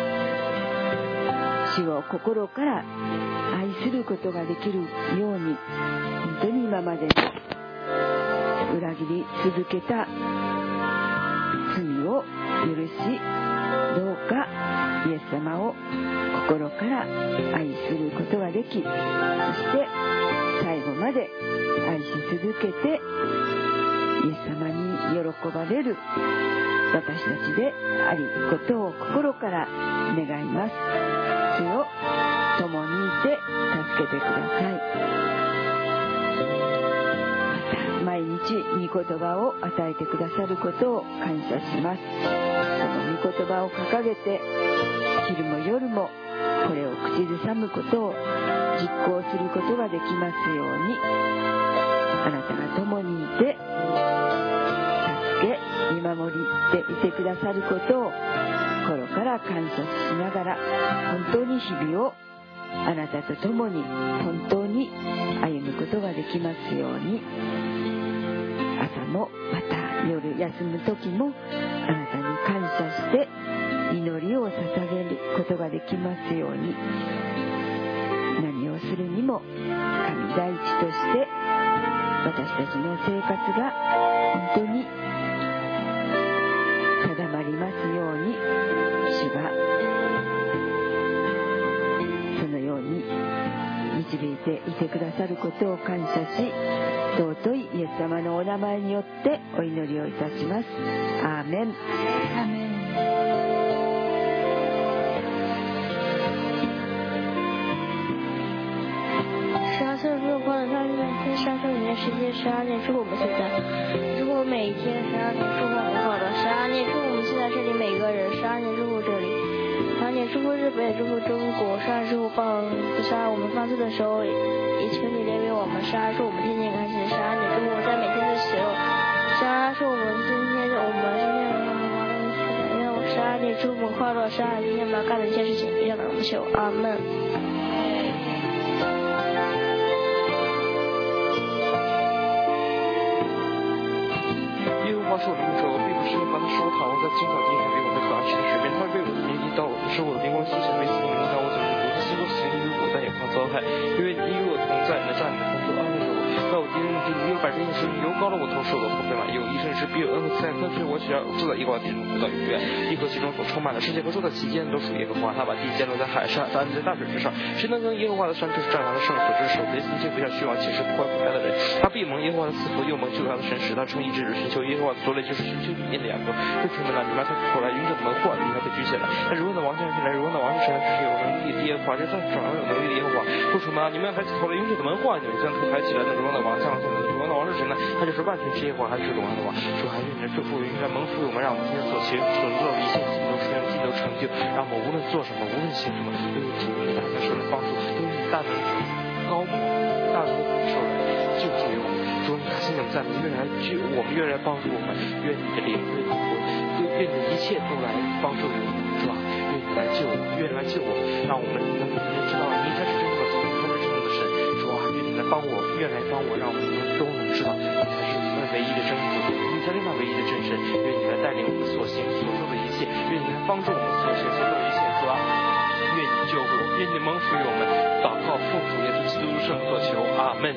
主を心から愛することができるように、本当に今まで裏切り続けた罪を許し、どうかイエス様を心から愛することができ、そして最後まで愛し続けてイエス様に喜ばれる私たちでありことを心から願います。主を共にいて助けてください。また毎日御言葉を与えてくださることを感謝します。その御言葉を掲げて昼も夜もこれを口ずさむことを実行することができますように、あなたが共にいて助け見守っていてくださることを心から感謝しながら、本当に日々をあなたと共に本当に歩むことができますように、朝もまた夜休む時もあなたに感謝して祈りを捧げることができますように、何をするにも神第一として私たちの生活が本当に定まりますように、主がそのように導いていてくださることを感謝し、尊いイエス様のお名前によってお祈りをいたします。アーメン。 アーメン。 年世界，12年之后我们现在，之后每一天，12年之后我们快乐，12年之后我们现在这里每个人，12年之后这里，12年之后日本，之后中国，12年之后我们犯罪的时候，也请你怜悯我们，12年之后我们天天开心，12年之后我们在每天的喜乐，12年之后我们今天12年之后我们快乐，12年今天我们要干的一件事情，让我们求阿门。 耶和华是我的牧者，我并不是因凡的使我躺卧在青草地上，给我们可安息的水边，他为我的名引导我，使我的灵光苏醒，为此引导我走路，我的心若行于我，但也抗遭害，因为你与我同在，你的站立的同在安慰着我。在我敌人的地里，有百姓的声音，油膏了我头，使我的后背满，有一生是必有恩和慈爱跟随我，只要住在耶和华殿中，直到永远。地和其中所充满的世界和住在其间都属耶和华，他把地建立在海上，安在大水之上。谁能跟耶和华的山，就是站他的圣所之首，贼心切不下虚妄，岂是破坏古代的人？他必蒙耶和华的赐福，又蒙救他的神使他称义之日，寻求耶和华的所类，就是寻求里面的阳光。弟兄们啊，你们抬起头来，云者的门户，你们被举起来。那荣耀的王将起来，荣耀的王是神，只是有能力的耶和华，这在掌有能力的耶和华。弟兄们啊，你们要抬起头来，云者的门户，你们将头抬起来。那荣耀的王将起来，荣耀的王是神呢？他就是万全之耶和华，还是荣耀的王？主还愿你的祝福，应该蒙福我们，让我们今天所求所做的一切尽都顺尽都成就，让我们无论做什么，无论行什么，都有主你大能手来帮助，都有你大能高大能手来救助于我们。主，你心中赞美，愿来救我们，愿来帮助我们，愿你的灵，愿你的一切都来帮助我们，是吧？愿你来救我们，愿来救我们，让我们能知道你才是真正的主，你才是真正的神，是吧？愿你来帮我，愿来帮我，让我们都能知道你才是那唯一的真主，你才是那唯一的真神。愿你来带领我们所行所做的一切，愿你来帮助我们所行所做的一切，是吧？愿你救回我，愿你蒙福于我们，祷告奉主耶稣基督圣所求，阿门。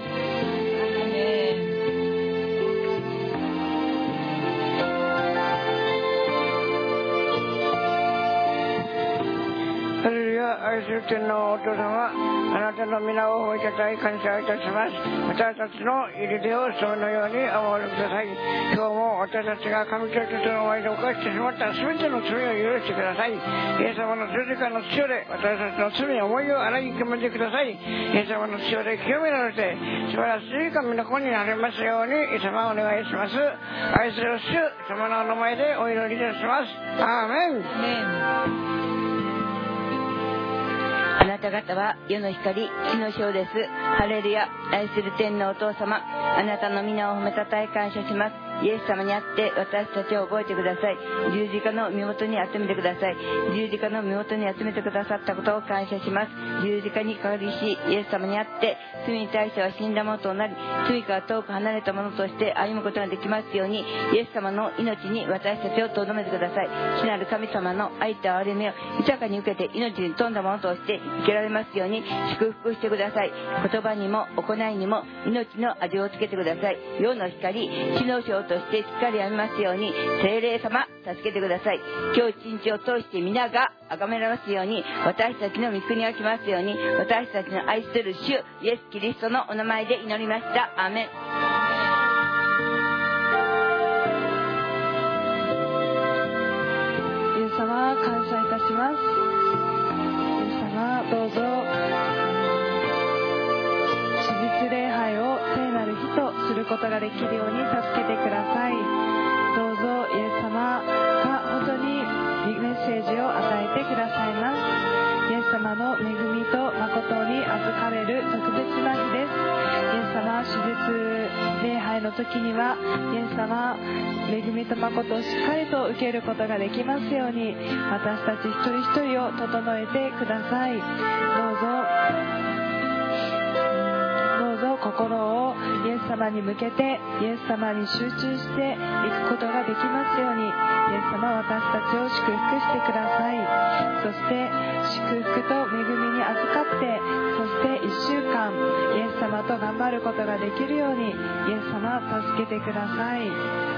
愛する天のお父様、あなたの皆を褒めたたえ感謝いたします。私たちの入り手をそのようにお守りください。今日も私たちが神と人との前で犯してしまった全ての罪を許してください。イエス様の十字架の血で私たちの罪思いを洗い清めてください。イエス様の血で清められて素晴らしい神の子になれますようにイエス様お願いします。愛する主様のお名前でお祈りいたします。アーメン。 あなた方は世の光、地の塩です。ハレルヤ。愛する天のお父様、あなたの皆を褒めたたえ感謝します。イエス様にあって私たちを覚えてください。十字架の身元に集めてください。十字架の身元に集めてくださったことを感謝します。十字架にかかりしイエス様にあって罪に対しては死んだものとなり、罪から遠く離れたものとして歩むことができますように、イエス様の命に私たちをとどめてください。主なる神様の愛と憐れみを豊かに受けて命に富んだものとして生けられますように祝福してください。言葉にも行いにも命の味をつけてください。世の光、地の塩としてしっかり編みますように、聖霊様助けてください。今日一日を通して皆が崇められますように、私たちの御国が来ますように、私たちの愛する主イエス・キリストのお名前で祈りました。アーメン。 イエス様感謝いたします。イエス様どうぞ私立礼拝を聖なる日とすることができるように助けてください。どうぞイエス様が本当にメッセージを与えてくださいます。イエス様の恵みと誠に預かれる特別な日です。イエス様、手術礼拝の時にはイエス様恵みと誠をしっかりと受けることができますように、私たち一人一人を整えてください。どうぞ心をイエス様に向けてイエス様に集中していくことができますように、イエス様私たちを祝福してください。そして祝福と恵みに預かって、そして1週間イエス様と頑張ることができるようにイエス様助けてください。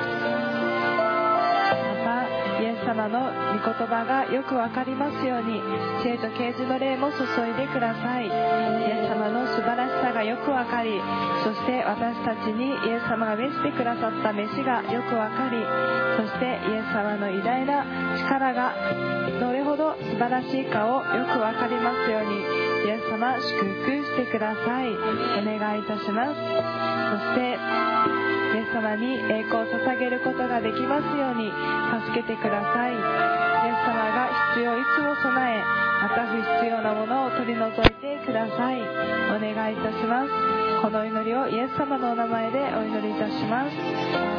イエス様の御言葉がよくわかりますように、知恵と啓示の霊も注いでください。イエス様の素晴らしさがよくわかり、そして私たちにイエス様が召してくださった召しがよくわかり、そしてイエス様の偉大な力がどれほど素晴らしいかをよくわかりますように、イイエス様祝福してください。お願いいたします。そしてイエス様に栄光を捧げることができますように助けてください。イエス様が必要いつも備え、また不必要なものを取り除いてください。お願いいたします。この祈りをイエス様のお名前でお祈りいたします。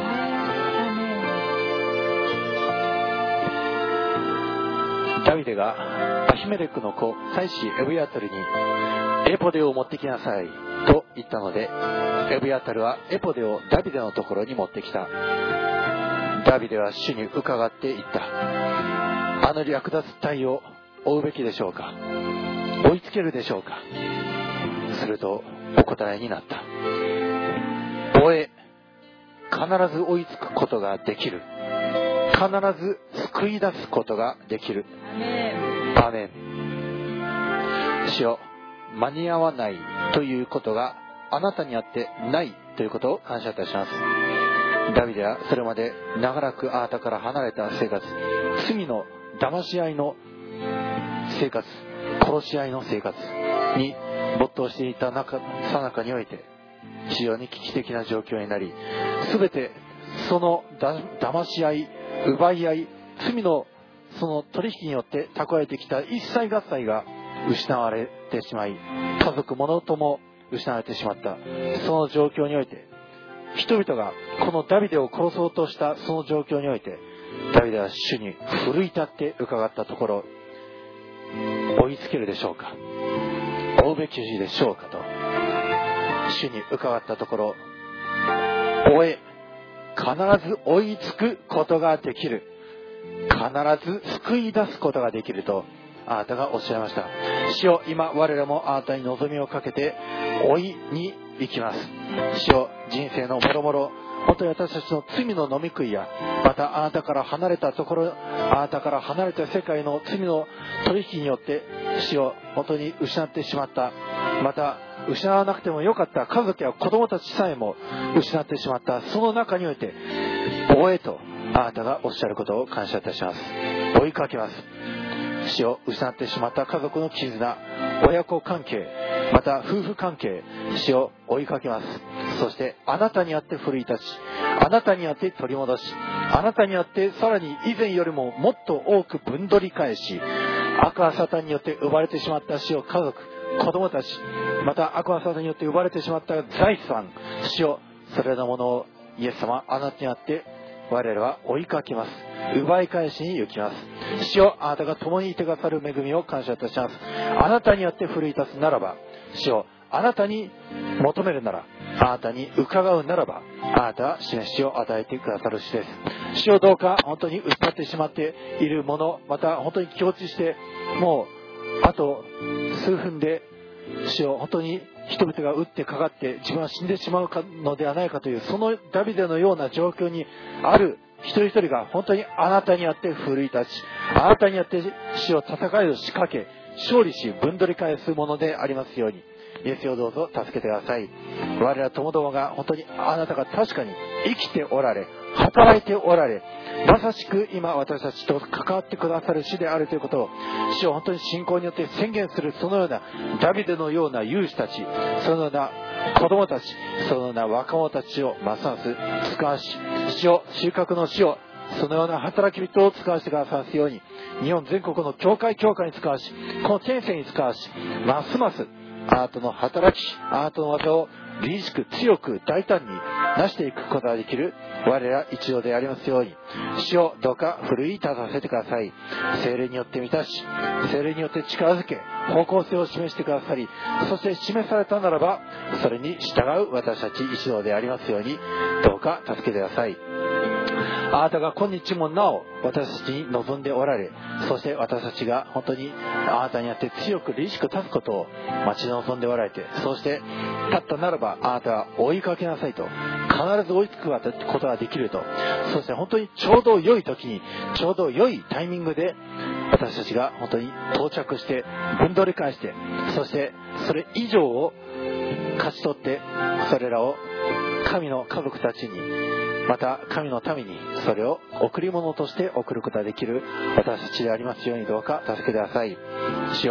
ダビデがアヒメレクの子妻子エブヤタルにエポデを持ってきなさいと言ったので、エブヤタルはエポデをダビデのところに持ってきた。ダビデは主に伺って言った。あの略奪隊を追うべきでしょうか、追いつけるでしょうか。するとお答えになった。追え、必ず追いつくことができる。必ず救い出すことができる。アーメン。主よ、間に合わないということがあなたにあってないということを感謝いたします。ダビデはそれまで長らくあなたから離れた生活、罪の騙し合いの生活、殺し合いの生活に没頭していたさなかにおいて、非常に危機的な状況になり、すべてその騙し合い、奪い合い、罪のその取引によって蓄えてきた一切合切が失われてしまい、家族物とも失われてしまった。その状況において、人々がこのダビデを殺そうとしたその状況において、ダビデは主に奮い立って伺ったところ、追いつけるでしょうか、追うべきでしょうかと主に伺ったところ、追え、必ず追いつくことができる、必ず救い出すことができるとあなたがおっしゃいました。主よ、今我らもあなたに望みをかけて追いに行きます。主よ、人生のもろもろ、本当に私たちの罪の飲み食いや、またあなたから離れたところ、あなたから離れた世界の罪の取引によって主よ、本当に失ってしまった、また失わなくてもよかった家族や子供たちさえも失ってしまった、その中において追えとあなたがおっしゃることを感謝いたします。追いかけます。主を失ってしまった家族の絆、親子関係、また夫婦関係、主を追いかけます。そしてあなたにあって奮い立ち、あなたにあって取り戻し、あなたにあってさらに以前よりももっと多く分取り返し、悪魔サタンによって奪われてしまった主を家族、子供たち、また悪魔サタンによって奪われてしまった財産、主をそれらのものをイエス様、あなたにあって我らは追いかけます。奪い返しに行きます。主よ、あなたが共にいてくださる恵みを感謝いたします。あなたにあって奮い立つならば、主よ、あなたに求めるなら、あなたに伺うならば、あなたは示しを与えてくださる主です。主よ、どうか本当に失ってしまっているもの、また本当に境地して、もうあと数分で主よ、本当に人々が打ってかかって自分は死んでしまうのではないかという、そのダビデのような状況にある一人一人が本当にあなたにあって奮い立ち、あなたにあって死を戦いを仕掛け勝利し分取り返すものでありますように、イエスをどうぞ助けてください。我らともどもが本当にあなたが確かに生きておられ、働いておられ、まさしく今私たちと関わってくださる主であるということを、主を本当に信仰によって宣言する、そのようなダビデのような勇士たち、そのような子供たち、そのような若者たちをますます使わし、主を収穫の主をそのような働き人を使わせてくださるように、日本全国の教会に使わし、この天性に使わし、ますますあなたの働き、あなたの技を凛々しく強く大胆に成していくことができる我ら一同でありますように、主をどうか奮い立たせてください。聖霊によって満たし、聖霊によって力づけ、方向性を示してくださり、そして示されたならばそれに従う私たち一同でありますように、どうか助けてください。あなたが今日もなお私たちに望んでおられ、そして私たちが本当にあなたにあって強く凛々しく立つことを待ち望んでおられて、そして立ったならばあなたは追いかけなさいと、必ず追いつくことができると、そして本当にちょうど良い時にちょうど良いタイミングで私たちが本当に到着して分取り返して、そしてそれ以上を勝ち取って、それらを神の家族たちに、また神の民にそれを贈り物として送ることができる私たちでありますように、どうか助けてください。主よ、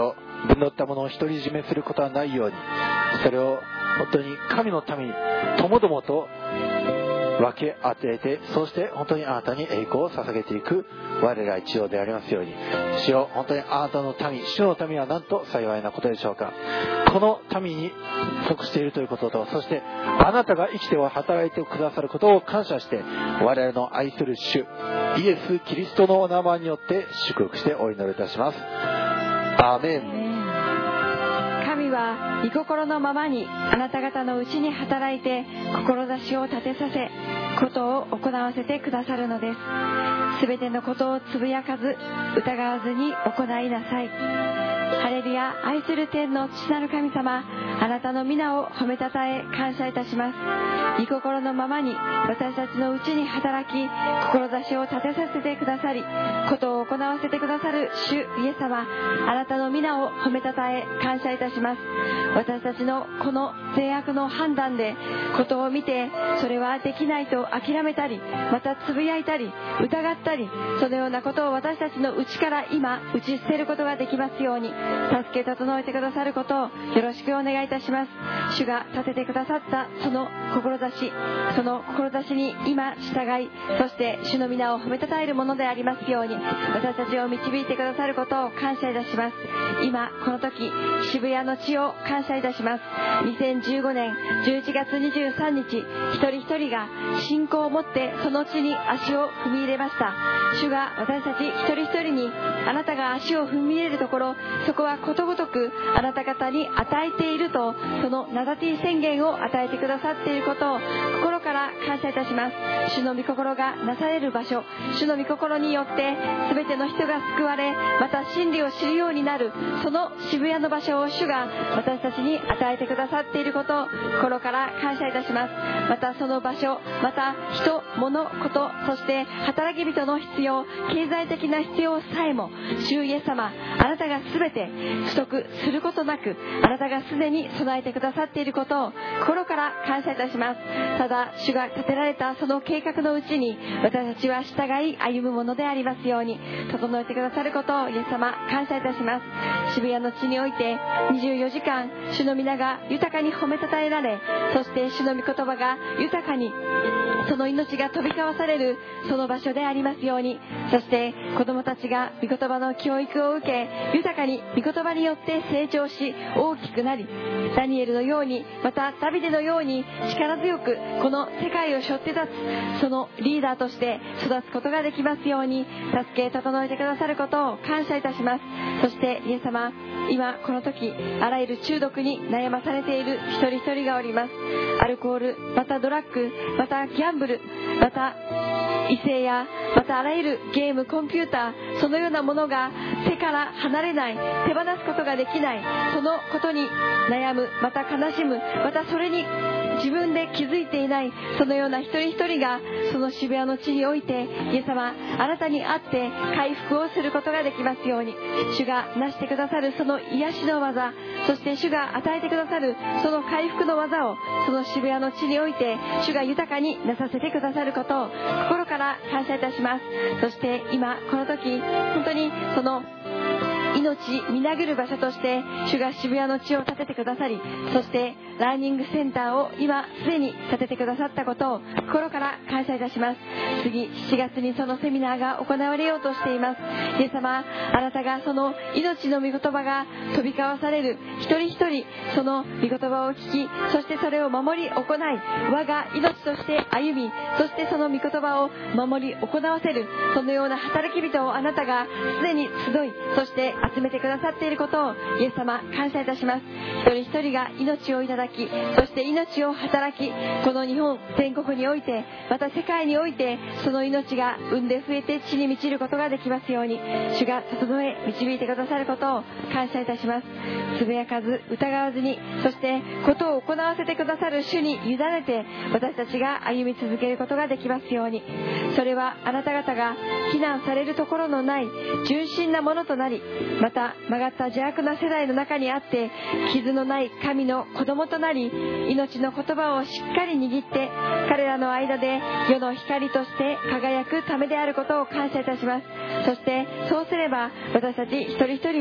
分のったものを独り占めすることはないように、それを本当に神のためにともどもと分け与えて、そして本当にあなたに栄光を捧げていく我ら一同でありますように。主よ、本当にあなたの民、主の民はなんと幸いなことでしょうか。この民に属しているということと、そしてあなたが生きては働いてくださることを感謝して、我々の愛する主イエス・キリストのお名前によって祝福してお祈りいたします。アーメン。 神は御心のままにあなた方のうちに働いて志を立てさせ、ことを行わせてくださるのです。すべてのことをつぶやかず疑わずに行いなさい。ハレルヤ。愛する天の父なる神様、あなたの皆を褒めたたえ感謝いたします。御心のままに私たちのうちに働き、志を立てさせてくださり、ことを行わせてくださる主イエス様、あなたの皆を褒めたたえ感謝いたします。私たちのこの善悪の判断でことを見て、それはできないと諦めたり、またつぶやいたり疑ったり、そのようなことを私たちの内から今打ち捨てることができますように、助け整えてくださることをよろしくお願いいたします。主が立ててくださったその志に今従い、そして主の皆を褒めたたえるものでありますように、私たちを導いてくださることを感謝いたします。今この時、渋谷の地を感謝いたします。2015年11月23日、一人一人が信仰を持ってその地に足を踏み入れました。主が私たち一人一人に、あなたが足を踏み入れるところ、そこはことごとくあなた方に与えていると、その名立て宣言を与えてくださっていることを心から感謝いたします。主の御心がなされる場所、主の御心によって全ての人が救われ、また真理を知るようになる、その渋谷の場所を主が私たちに与えてくださっていることを心から感謝いたします。またその場所、また人、物、こと、そして働き人の必要、経済的な必要さえも、主イエス様、あなたが全て不足することなく、あなたがすでに備えてくださっていることを心から感謝いたします。ただ主が立てられたその計画のうちに、私たちは従い歩むものでありますように整えてくださることをイエス様感謝いたします。渋谷の地において24時間主の皆が豊かに褒めたたえられ、そして主の御言葉が豊かにその命が飛び交わされるその場所でありますように、そして子どもたちが御言葉の教育を受け、豊かに御言葉によって成長し大きくなり、ダニエルのように、またダビデのように力強くこの世界を背負って立つそのリーダーとして育つことができますように、助け整えてくださることを感謝いたします。そしてイエス様、今この時あらゆる中毒に悩まされている一人一人がおります。アルコール、またドラッグ、またギャンブル、また異性や、またあらゆるゲーム、コンピューター、そのようなものが手から離れない、手放すことができない、そのことに悩む、また悲しむ、またそれに自分で気づいていない、そのような一人一人がその渋谷の地において、イエス様、あなたに会って回復をすることができますように、主がなしてくださるその癒しの技、そして主が与えてくださるその回復の技を、その渋谷の地において主が豊かになさせてくださることを心から感謝いたします。そして今この時、本当にその命みなぐる場所として主が渋谷の地を建ててくださり、そしてラーニングセンターを今すでに建ててくださったことを心から感謝いたします。次7月にそのセミナーが行われようとしています。イエス様、あなたがその命の御言葉が飛び交わされる一人一人、その御言葉を聞き、そしてそれを守り行い、我が命として歩み、そしてその御言葉を守り行わせる、そのような働き人をあなたがすでに集い、そして集めてくださっていることをイエス様感謝いたします。一人一人が命をいただき、そして命を働き、この日本全国において、また世界において、その命が産んで増えて地に満ちることができますように、主が整え導いてくださることを感謝いたします。つぶやかず疑わずに、そしてことを行わせてくださる主に委ねて、私たちが歩み続けることができますように。それはあなた方が非難されるところのない純真なものとなり、また曲がった邪悪な世代の中にあって傷のない神の子供となり、命の言葉をしっかり握って彼らの間で世の光として輝くためであることを感謝いたします。そしてそうすれば私たち一人一人は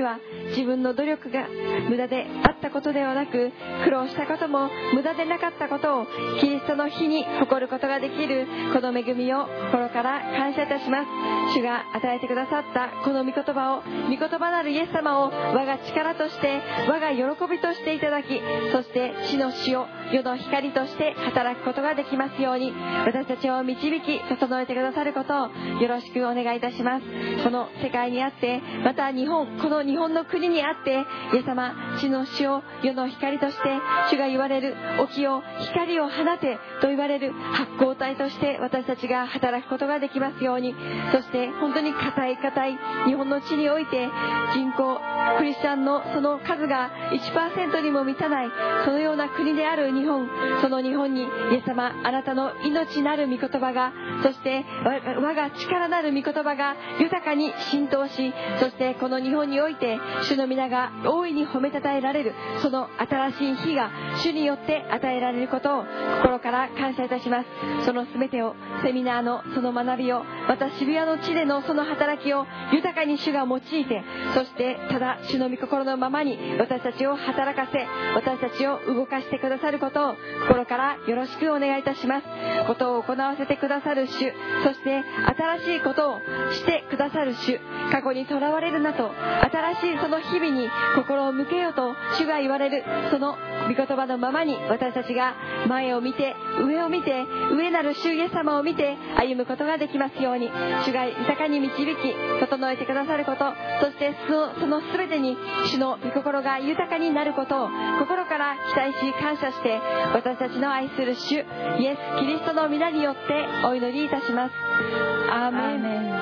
自分の努力が無駄であったことではなく、苦労したことも無駄でなかったことをキリストの日に誇ることができるこの恵みを心から感謝いたします。主が与えてくださったこの御言葉を、御言葉なるイエス様を我が力として、我が喜びとしていただき、そして地の塩、世の光として働くことができますように、私たちを導き整えてくださることをよろしくお願いいたします。この世界にあって、またこの日本の国にあって、イエス様、地の塩、世の光として、主が言われる起きよう、光を放てと言われる発光体として私たちが働くことができますように、そして本当に固い日本の地において人口クリスチャンのその数が 1% にも満たない、そのような国である日本、その日本にイエス様、あなたの命なる御言葉が、そして我が力なる御言葉が豊かに浸透し、そしてこの日本において主の皆が大いに褒めたたえられる、その新しい日が主によって与えられることを心から感謝いたします。その全てを、セミナーのその学びを、また渋谷の地でのその働きを豊かに主が用いて、そしてただ主の御心のままに私たちを働かせ、私たちを動かしてくださることを心からよろしくお願いいたします。ことを行わせてくださる主、そして新しいことをしてくださる主、過去にとらわれるなと、新しいその日々に心を向けようと主が言われる、その御言葉のままに私たちが前を見て、上を見て、上なる主イエス様を見て歩むことができますように、主が豊かに導き整えてくださること、そしてその全てに主の御心が豊かになることを心から期待し感謝して、私たちの愛する主イエス・キリストの皆によってお祈りいたします。アーメン。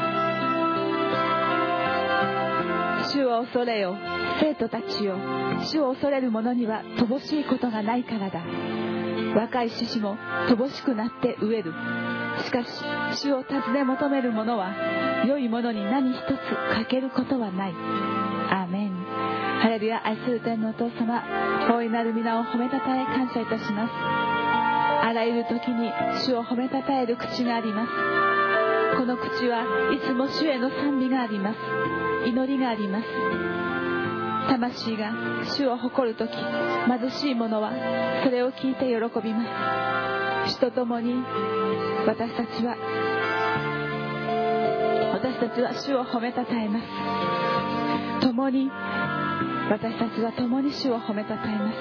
主を恐れよ、生徒たちよ。主を恐れる者には乏しいことがないからだ。若い獅子も乏しくなって飢える。しかし主を尋ね求める者は良いものに何一つ欠けることはない。アーメン。ハレルヤ。愛する天のお父様、大いなる皆を褒めたたえ感謝いたします。あらゆる時に主を褒めたたえる口があります。この口はいつも主への賛美があります。祈りがあります。魂が主を誇るとき、貧しい者はそれを聞いて喜びます。主と共に私たちは主を褒めたたえます。私たちは共に主を褒めたたえます。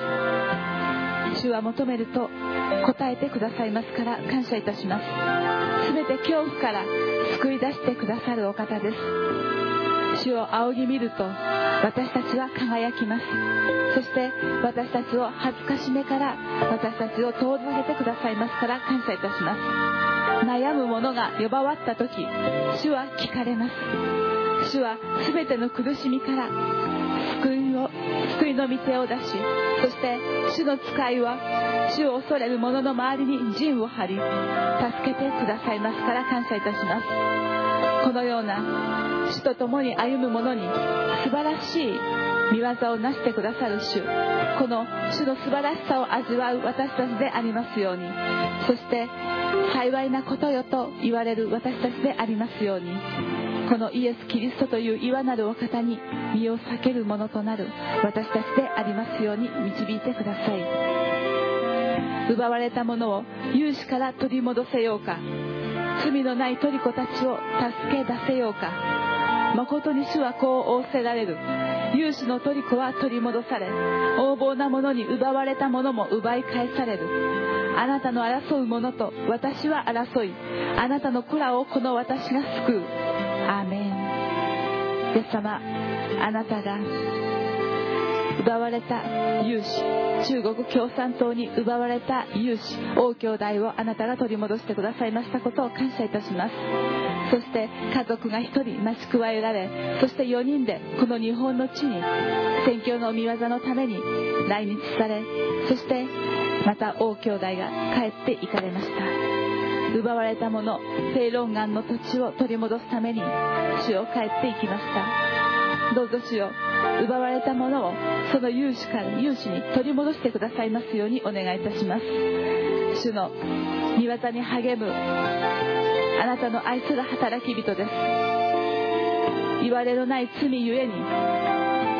主は求めると答えてくださいますから感謝いたします。すべて恐怖から救い出してくださるお方です。主を仰ぎ見ると私たちは輝きます。そして私たちを恥ずかしめから私たちを遠ざけてくださいますから感謝いたします。悩む者が呼ばわった時、主は聞かれます。主はすべての苦しみから救いの御手を出し、そして主の使いは主を恐れる者の周りに陣を張り助けてくださいますから感謝いたします。このような主と共に歩む者に素晴らしい御業をなしてくださる主、この主の素晴らしさを味わう私たちでありますように、そして幸いなことよと言われる私たちでありますように、このイエス・キリストという岩なるお方に身を避けるものとなる私たちでありますように導いてください。奪われたものを勇士から取り戻せようか、罪のないトリコたちを助け出せようか、誠に主はこう仰せられる。勇士のトリコは取り戻され、横暴な者に奪われたものも奪い返される。あなたの争う者と私は争い、あなたの子らをこの私が救う。アーメン。イエス様、あなたが奪われた勇士、中国共産党に奪われた勇士、王兄弟をあなたが取り戻してくださいましたことを感謝いたします。そして家族が1人増し加えられ、そして4人でこの日本の地に宣教の御業のために来日され、そしてまた王兄弟が帰って行かれました。奪われたもの、ペイロンガンの土地を取り戻すために主を帰っていきました。どうぞ主よ、奪われたものをその勇士に取り戻してくださいますようにお願いいたします。主の御業に励むあなたの愛する働き人です。言われのない罪ゆえに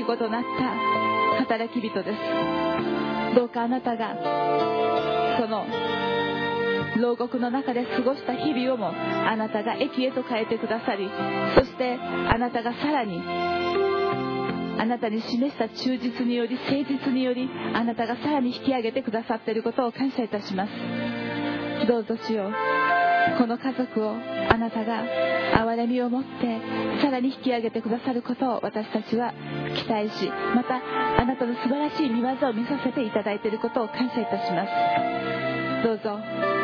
子となった働き人です。どうかあなたがその牢獄の中で過ごした日々をもあなたが益へと変えてくださり、そしてあなたがさらにあなたに示した忠実により誠実によりあなたがさらに引き上げてくださっていることを感謝いたします。どうぞ主よ、この家族をあなたが憐れみを持ってさらに引き上げてくださることを私たちは期待し、またあなたの素晴らしい御業を見させていただいていることを感謝いたします。どうぞ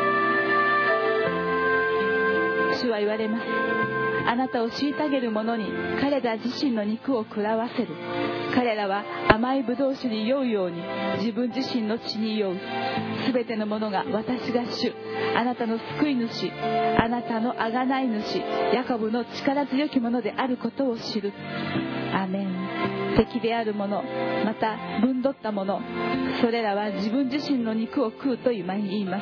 主は言われます。あなたを虐げる者に彼ら自身の肉を食らわせる。彼らは甘いブドウ酒に酔うように自分自身の血に酔う。すべてのものが私が主、あなたの救い主、あなたの贖い主、ヤコブの力強き者であることを知る。アーメン。敵である者、また分取った者、それらは自分自身の肉を食うと今に言います。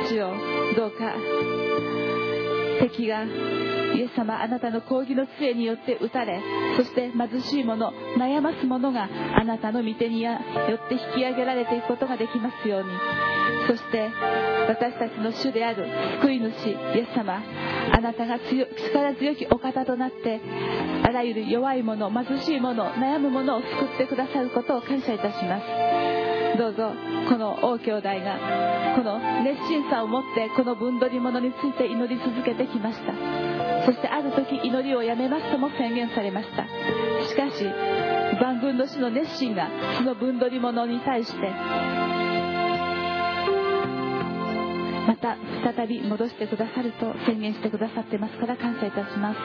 主よ、どうか敵がイエス様、あなたの抗議の杖によって打たれ、そして貧しい者、悩ます者があなたの御手によって引き上げられていくことができますように。そして私たちの主である救い主イエス様、あなたが力強きお方となってあらゆる弱い者、貧しい者、悩む者を救ってくださることを感謝いたします。どうぞこの王兄弟がこの熱心さを持ってこの分取り物について祈り続けてきました。そしてある時祈りをやめますとも宣言されました。しかし万軍の主の熱心がその分取り物に対してまた再び戻してくださると宣言してくださってますから感謝いたします。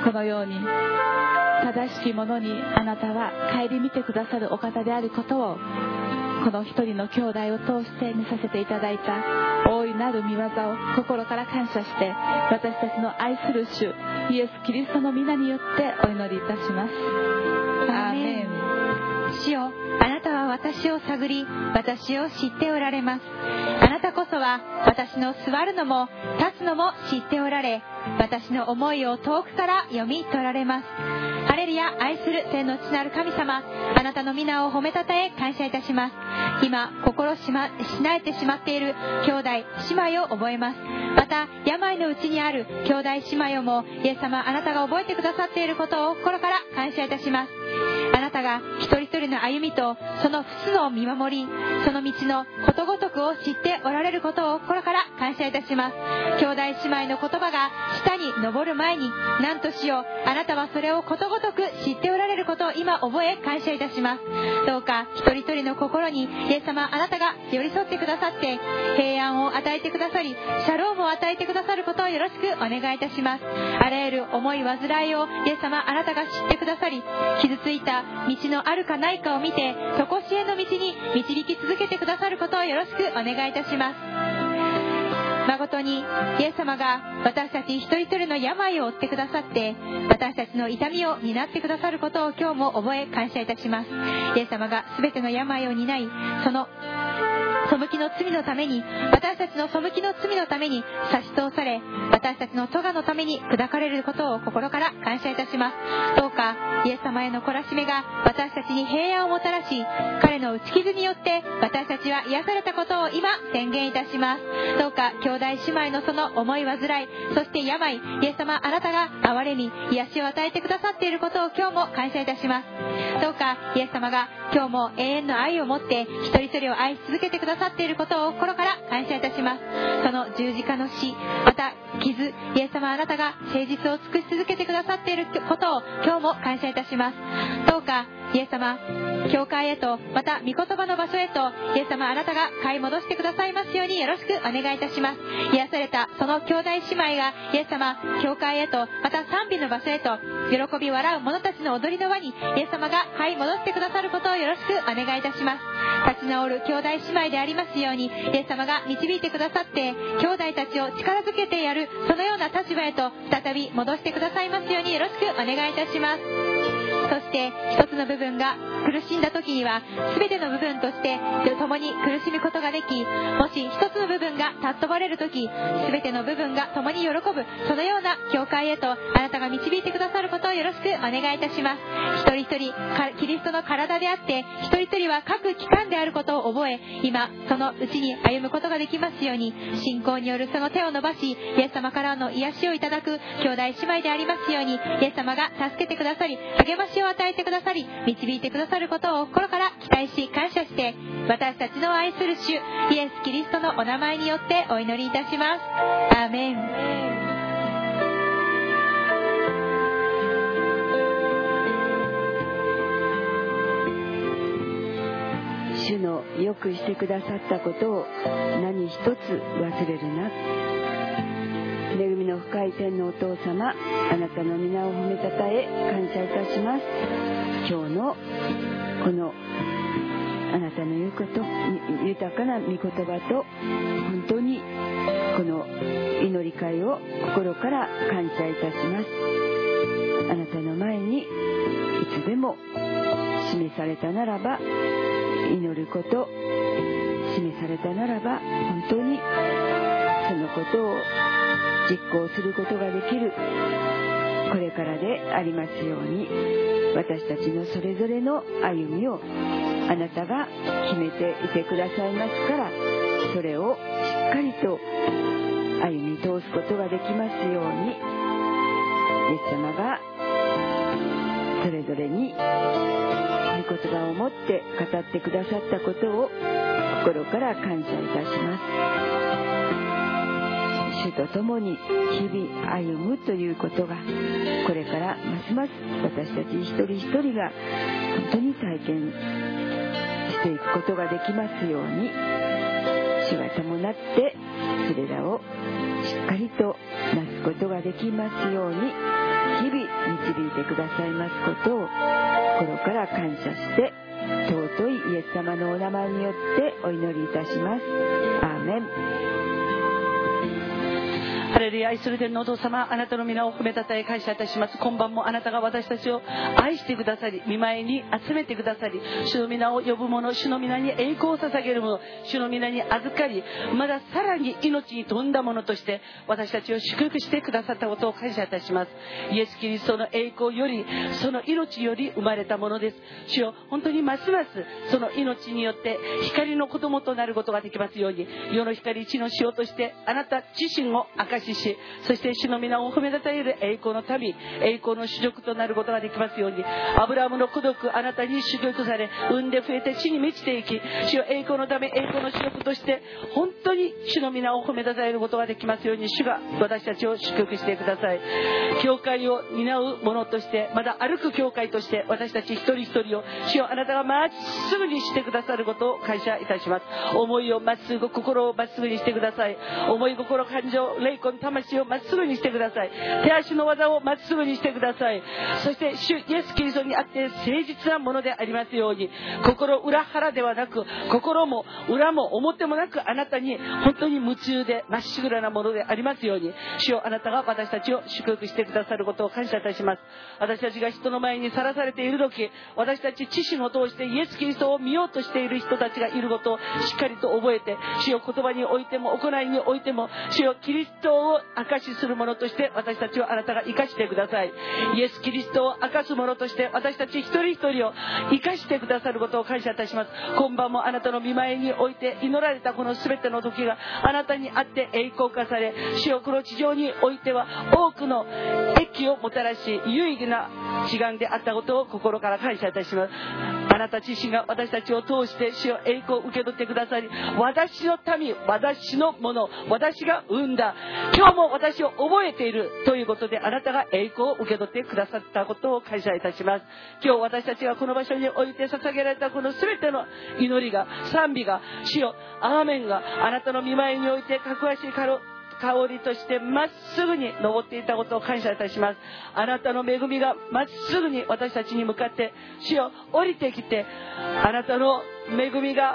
このように正しきものにあなたは顧みてくださるお方であることをこの一人の兄弟を通して見させていただいた大いなる御業を心から感謝して、私たちの愛する主イエス・キリストの皆によってお祈りいたします。アーメン。 主よ、あなたは私を探り、私を知っておられます。あなたこそは私の座るのも立つのも知っておられ、私の思いを遠くから読み取られます。ハレルヤ。愛する天の父なる神様、あなたの皆を褒めたたえ感謝いたします。今心しなえてしまっている兄弟姉妹を覚えます。また病のうちにある兄弟姉妹をもイエス様、あなたが覚えてくださっていることを心から感謝いたします。あなたが一人一人の歩みとその不死を見守り、その道のことごとくを知っておられることを心から感謝いたします。兄弟姉妹の言葉が下に昇る前に、なんとしよう、あなたはそれをことごとく知っておられることを今覚え感謝いたします。どうか一人一人の心にイエス様、あなたが寄り添ってくださって平安を与えてくださり、シャロームを与えてくださることをよろしくお願いいたします。あらゆる思い煩いをイエス様、あなたが知ってくださり、傷ついた道のあるかないかを見て常しえの道に導き続けてくださることをよろしくお願いいたします。誠にイエス様が私たち一人一人の病を負ってくださって、私たちの痛みを担ってくださることを今日も覚え感謝いたします。イエス様が全ての病を担い、その背きの罪のために、私たちの背きの罪のために差し通され、私たちの咎のために砕かれることを心から感謝いたします。どうかイエス様への懲らしめが私たちに平安をもたらし、彼の打ち傷によって私たちは癒されたことを今宣言いたします。どうか兄弟姉妹のその思い煩い、そして病、イエス様、あなたが憐れみ癒しを与えてくださっていることを今日も感謝いたします。どうかイエス様が今日も永遠の愛を持って一人一人を愛し続けてくださっていることを心から感謝いたします。その十字架の死、また傷、イエス様、あなたが誠実を尽くし続けてくださっていることを今日も感謝いたします。どうかイエス様、教会へとまた御言葉の場所へとイエス様、あなたが買い戻してくださいますようによろしくお願いいたします。癒されたその兄弟姉妹がイエス様、教会へとまた賛美の場所へと喜び笑う者たちの踊りの輪にイエス様が買い戻してくださることをよろしくお願いいたします。立ち直る兄弟姉妹でありますようにイエス様が導いてくださって兄弟たちを力づけてやる、そのような立場へと再び戻してくださいますようによろしくお願いいたします。そして一つの部分が苦しんだ時には全ての部分として共に苦しむことができ、もし一つの部分が尊ばれる時、全ての部分が共に喜ぶ、そのような教会へとあなたが導いてくださることをよろしくお願いいたします。一人一人キリストの体であって、一人一人は各機関であることを覚え、今そのうちに歩むことができますように、信仰によるその手を伸ばし、イエス様からの癒しをいただく兄弟姉妹でありますように、イエス様が助けてくださり、励ましを与えてくださり、導いてくださることを心から期待し感謝して、私たちの愛する主イエス・キリストのお名前によってお祈りいたします。アーメン。 主のよくしてくださったことを何一つ忘れるな。恵みの深い天のお父様、あなたの皆を褒めたたえ感謝いたします。今日のこのあなたの言うこと豊かな御言葉と、本当にこの祈り会を心から感謝いたします。あなたの前にいつでも示されたならば祈ること、示されたならば本当にそのことを実行することができるこれからでありますように、私たちのそれぞれの歩みをあなたが決めていてくださいますから、それをしっかりと歩み通すことができますように、イエス様がそれぞれに御言葉を持って語ってくださったことを心から感謝いたします。主と共に日々歩むということが、これからますます私たち一人一人が本当に体験していくことができますように、主が伴ってそれらをしっかりとなすことができますように、日々導いてくださいますことを心から感謝して、尊いイエス様のお名前によってお祈りいたします。アーメン。 ハレルヤ。愛する天のお父様、あなたの皆を褒めたたえ感謝いたします。今晩もあなたが私たちを愛してくださり、御前に集めてくださり、主の皆を呼ぶ者、主の皆に栄光を捧げる者、主の皆に預かり、まださらに命に富んだものとして私たちを祝福してくださったことを感謝いたします。イエス・キリストの栄光より、その命より生まれたものです。主よ、本当にますますその命によって光の子供となることができますように、世の光地の塩としてあなた自身を証しし、そして主の皆を褒めたたえる栄光の民、栄光の主力となることができますように、アブラハムの孤独、あなたに祝福され、産んで増えて地に満ちていき、主よ、栄光のため栄光の主力として本当に主の皆を褒めたたえることができますように、主が私たちを祝福してください。教会を担う者として、まだ歩く教会として私たち一人一人を主よ、あなたがまっすぐにしてくださることを感謝いたします。思いをまっすぐ、心をまっすぐにしてください。思い心、感情、霊魂、魂をまっすぐにしてください。手足の技をまっすぐにしてください。そして主イエス・キリストにあって誠実なものでありますように、心裏腹ではなく、心も裏も表もなく、あなたに本当に夢中でまっしぐらなものでありますように、主よ、あなたが私たちを祝福してくださることを感謝いたします。私たちが人の前にさらされている時、私たち知識を通してイエス・キリストを見ようとしている人たちがいることをしっかりと覚えて、主よ、言葉においても行いにおいても、主よ、キリストを証しする者として私たちをあなたが生かしてください。イエス・キリストを明かす者として私たち一人一人を生かしてくださることを感謝いたします。今晩もあなたの御前において祈られたこの全ての時があなたにあって栄光化され、主よ、この地上においては多くの益をもたらし有意義な時間であったことを心から感謝いたします。あなた自身が私たちを通して主よ、栄光を受け取ってくださり、私の民、私のもの、私が生んだ、今日も私を覚えているということで、あなたが栄光を受け取ってくださったことを感謝いたします。今日私たちがこの場所において捧げられたこの全ての祈りが、賛美が、主よ、アーメンがあなたの御前においてかくわしい香りとしてまっすぐに登っていたことを感謝いたします。あなたの恵みがまっすぐに私たちに向かって主よ、降りてきて、あなたの恵みが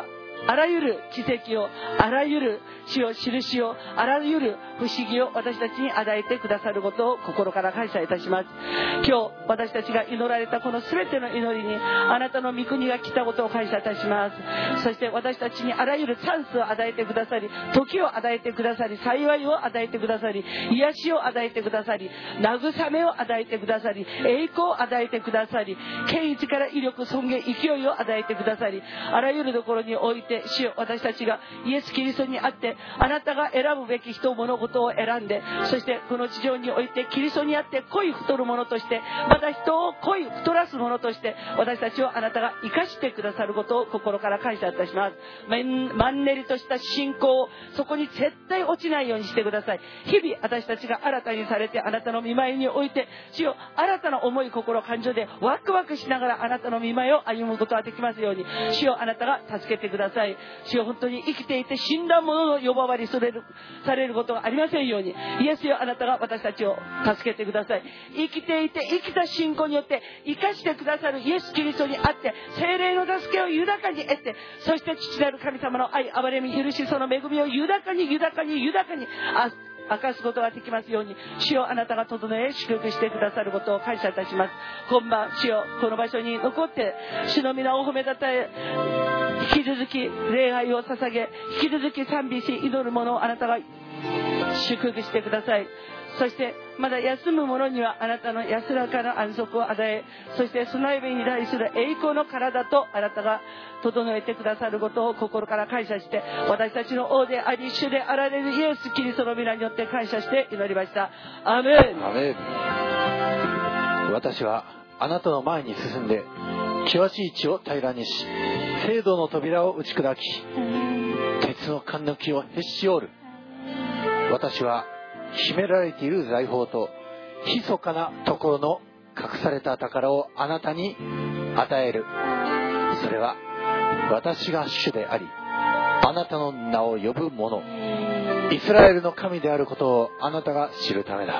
あらゆる奇跡を、あらゆる死を印を、あらゆる不思議を私たちに与えてくださることを心から感謝いたします。今日私たちが祈られたこの全ての祈りにあなたの御国が来たことを感謝いたします。そして私たちにあらゆるチャンスを与えてくださり、時を与えてくださり、幸いを与えてくださり、癒しを与えてくださり、慰めを与えてくださり、栄光を与えてくださり、権威力、威力、尊厳、勢いを与えてくださり、あらゆるところにおいて主よ、私たちがイエス・キリストにあってあなたが選ぶべき人、物事を選んで、そしてこの地上においてキリストにあって恋太る者として、また人を恋太らす者として私たちをあなたが生かしてくださることを心から感謝いたします。マンネリとした信仰をそこに絶対落ちないようにしてください。日々私たちが新たにされてあなたの御前において主よ、新たな思い、心、感情でワクワクしながらあなたの御前を歩むことができますように、主よ、あなたが助けてください。主よ、本当に生きていて死んだ者の呼ばわりされることがありませんように、イエスよ、あなたが私たちを助けてください。生きていて生きた信仰によって生かしてくださるイエス・キリストにあって聖霊の助けを豊かに得て、そして父なる神様の愛、憐れみ、許し、その恵みを豊かに豊かに豊かに明かすことができますように、主よ、あなたが整え祝福してくださることを感謝いたします。今晩主よ、この場所に残って主の皆を褒めたたえ、引き続き礼拝を捧げ、引き続き賛美し祈る者をあなたが祝福してください。そしてまだ休む者にはあなたの安らかな安息を与え、そしてその上に対する栄光の体とあなたが整えてくださることを心から感謝して、私たちの王であり主であられるイエス・キリストの皆によって感謝して祈りました。アーメン。 アーメン。私はあなたの前に進んで険しい地を平らにし、聖堂の扉を打ち砕き、鉄の管抜きをへし折る。私は秘められている財宝と密かなところの隠された宝をあなたに与える。それは私が主であり、あなたの名を呼ぶ者、イスラエルの神であることをあなたが知るためだ。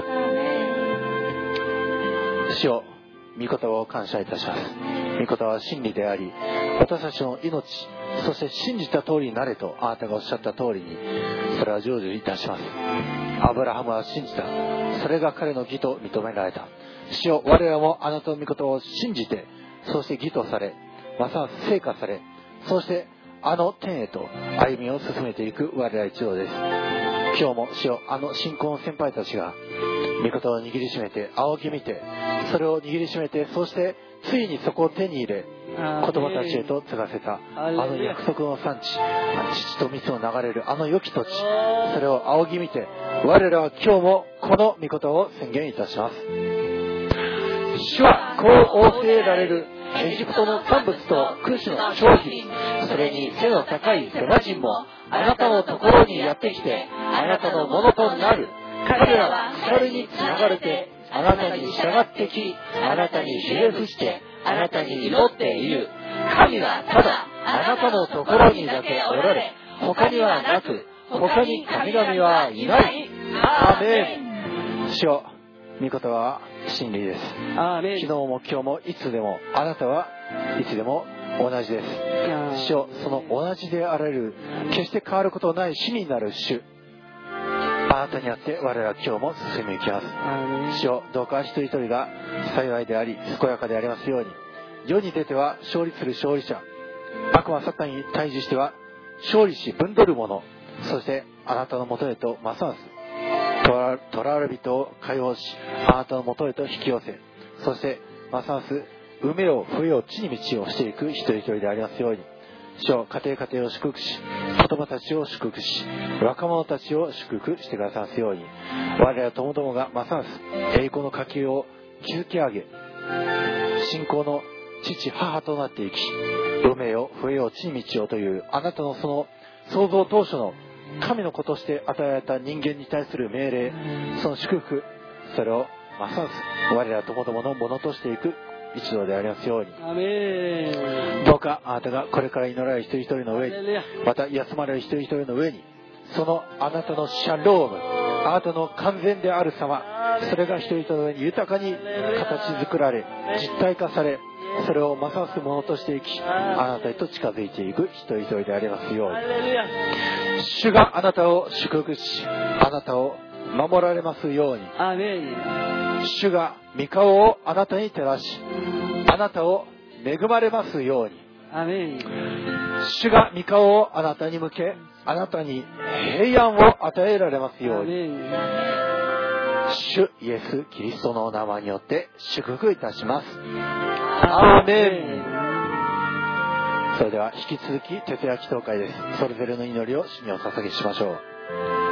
主よ、御言葉を感謝いたします。御言葉は真理であり、私たちの命、そして信じた通りになれとあなたがおっしゃった通りに、それは成就いたします。アブラハムは信じた。それが彼の義と認められた。主よ、我らもあなたの御言葉を信じて、そして義とされ、ますます成果され、そしてあの天へと歩みを進めていく我ら一同です。今日も主よ、あの信仰の先輩たちが御言葉を握りしめて、仰ぎ見て、それを握りしめて、そしてついにそこを手に入れ、子供たちへと継がせたあの約束の産地、父と蜜の流れるあの良き土地、それを仰ぎ見て、我らは今日もこの御言葉を宣言いたします。主はこう仰せられる。エジプトの産物とクシの商品、それに背の高いセマ人もあなたのところにやってきて、あなたのものとなる。彼らは鎖につながれてあなたに従ってき、あなたにひれ伏してあなたに祈っている。神はただあなたのところにだけおられ、他にはなく、他に神々はいない。アーメン。主よ、御言葉は真理です。昨日も今日もいつでもあなたはいつでも同じです。主よ、その同じであられる、決して変わることのない死になる主、あなたにあって我らは今日も進み行きます。主よ、どうか一人一人が幸いであり健やかでありますように。世に出ては勝利する勝利者、悪魔サタンに対峙しては勝利し分取る者、そしてあなたのもとへとますます囚われ人を解放し、あなたのもとへと引き寄せ、そしてますます埋めよ冬を地に道をしていく一人一人でありますように。主よ、家庭を祝福し、子供たちを祝福し、若者たちを祝福してくださいますように。我らともどもがますます栄光の家系を築き上げ、信仰の父母となっていき、埋めよ冬を地に道をというあなたのその創造当初の神の子として与えられた人間に対する命令、その祝福、それをますます我らともどものものとしていく一同でありますように。アメン。どうかあなたがこれから祈られる一人一人の上に、また休まれる一人一人の上に、そのあなたのシャローム、あなたの完全である様、それが一人一人の上に豊かに形作られ、実体化され、 それを任すものとしていき、あなたへと近づいていく一人一人でありますように。主があなたを祝福し、あなたを守られますように。主が御顔をあなたに照らし、あなたを恵まれますように。主が御顔をあなたに向け、あなたに平安を与えられますように。主イエス・キリストのお名前によって祝福いたします。アーメン。それでは引き続き徹夜祈祷会です。それぞれの祈りを主にお捧げしましょう。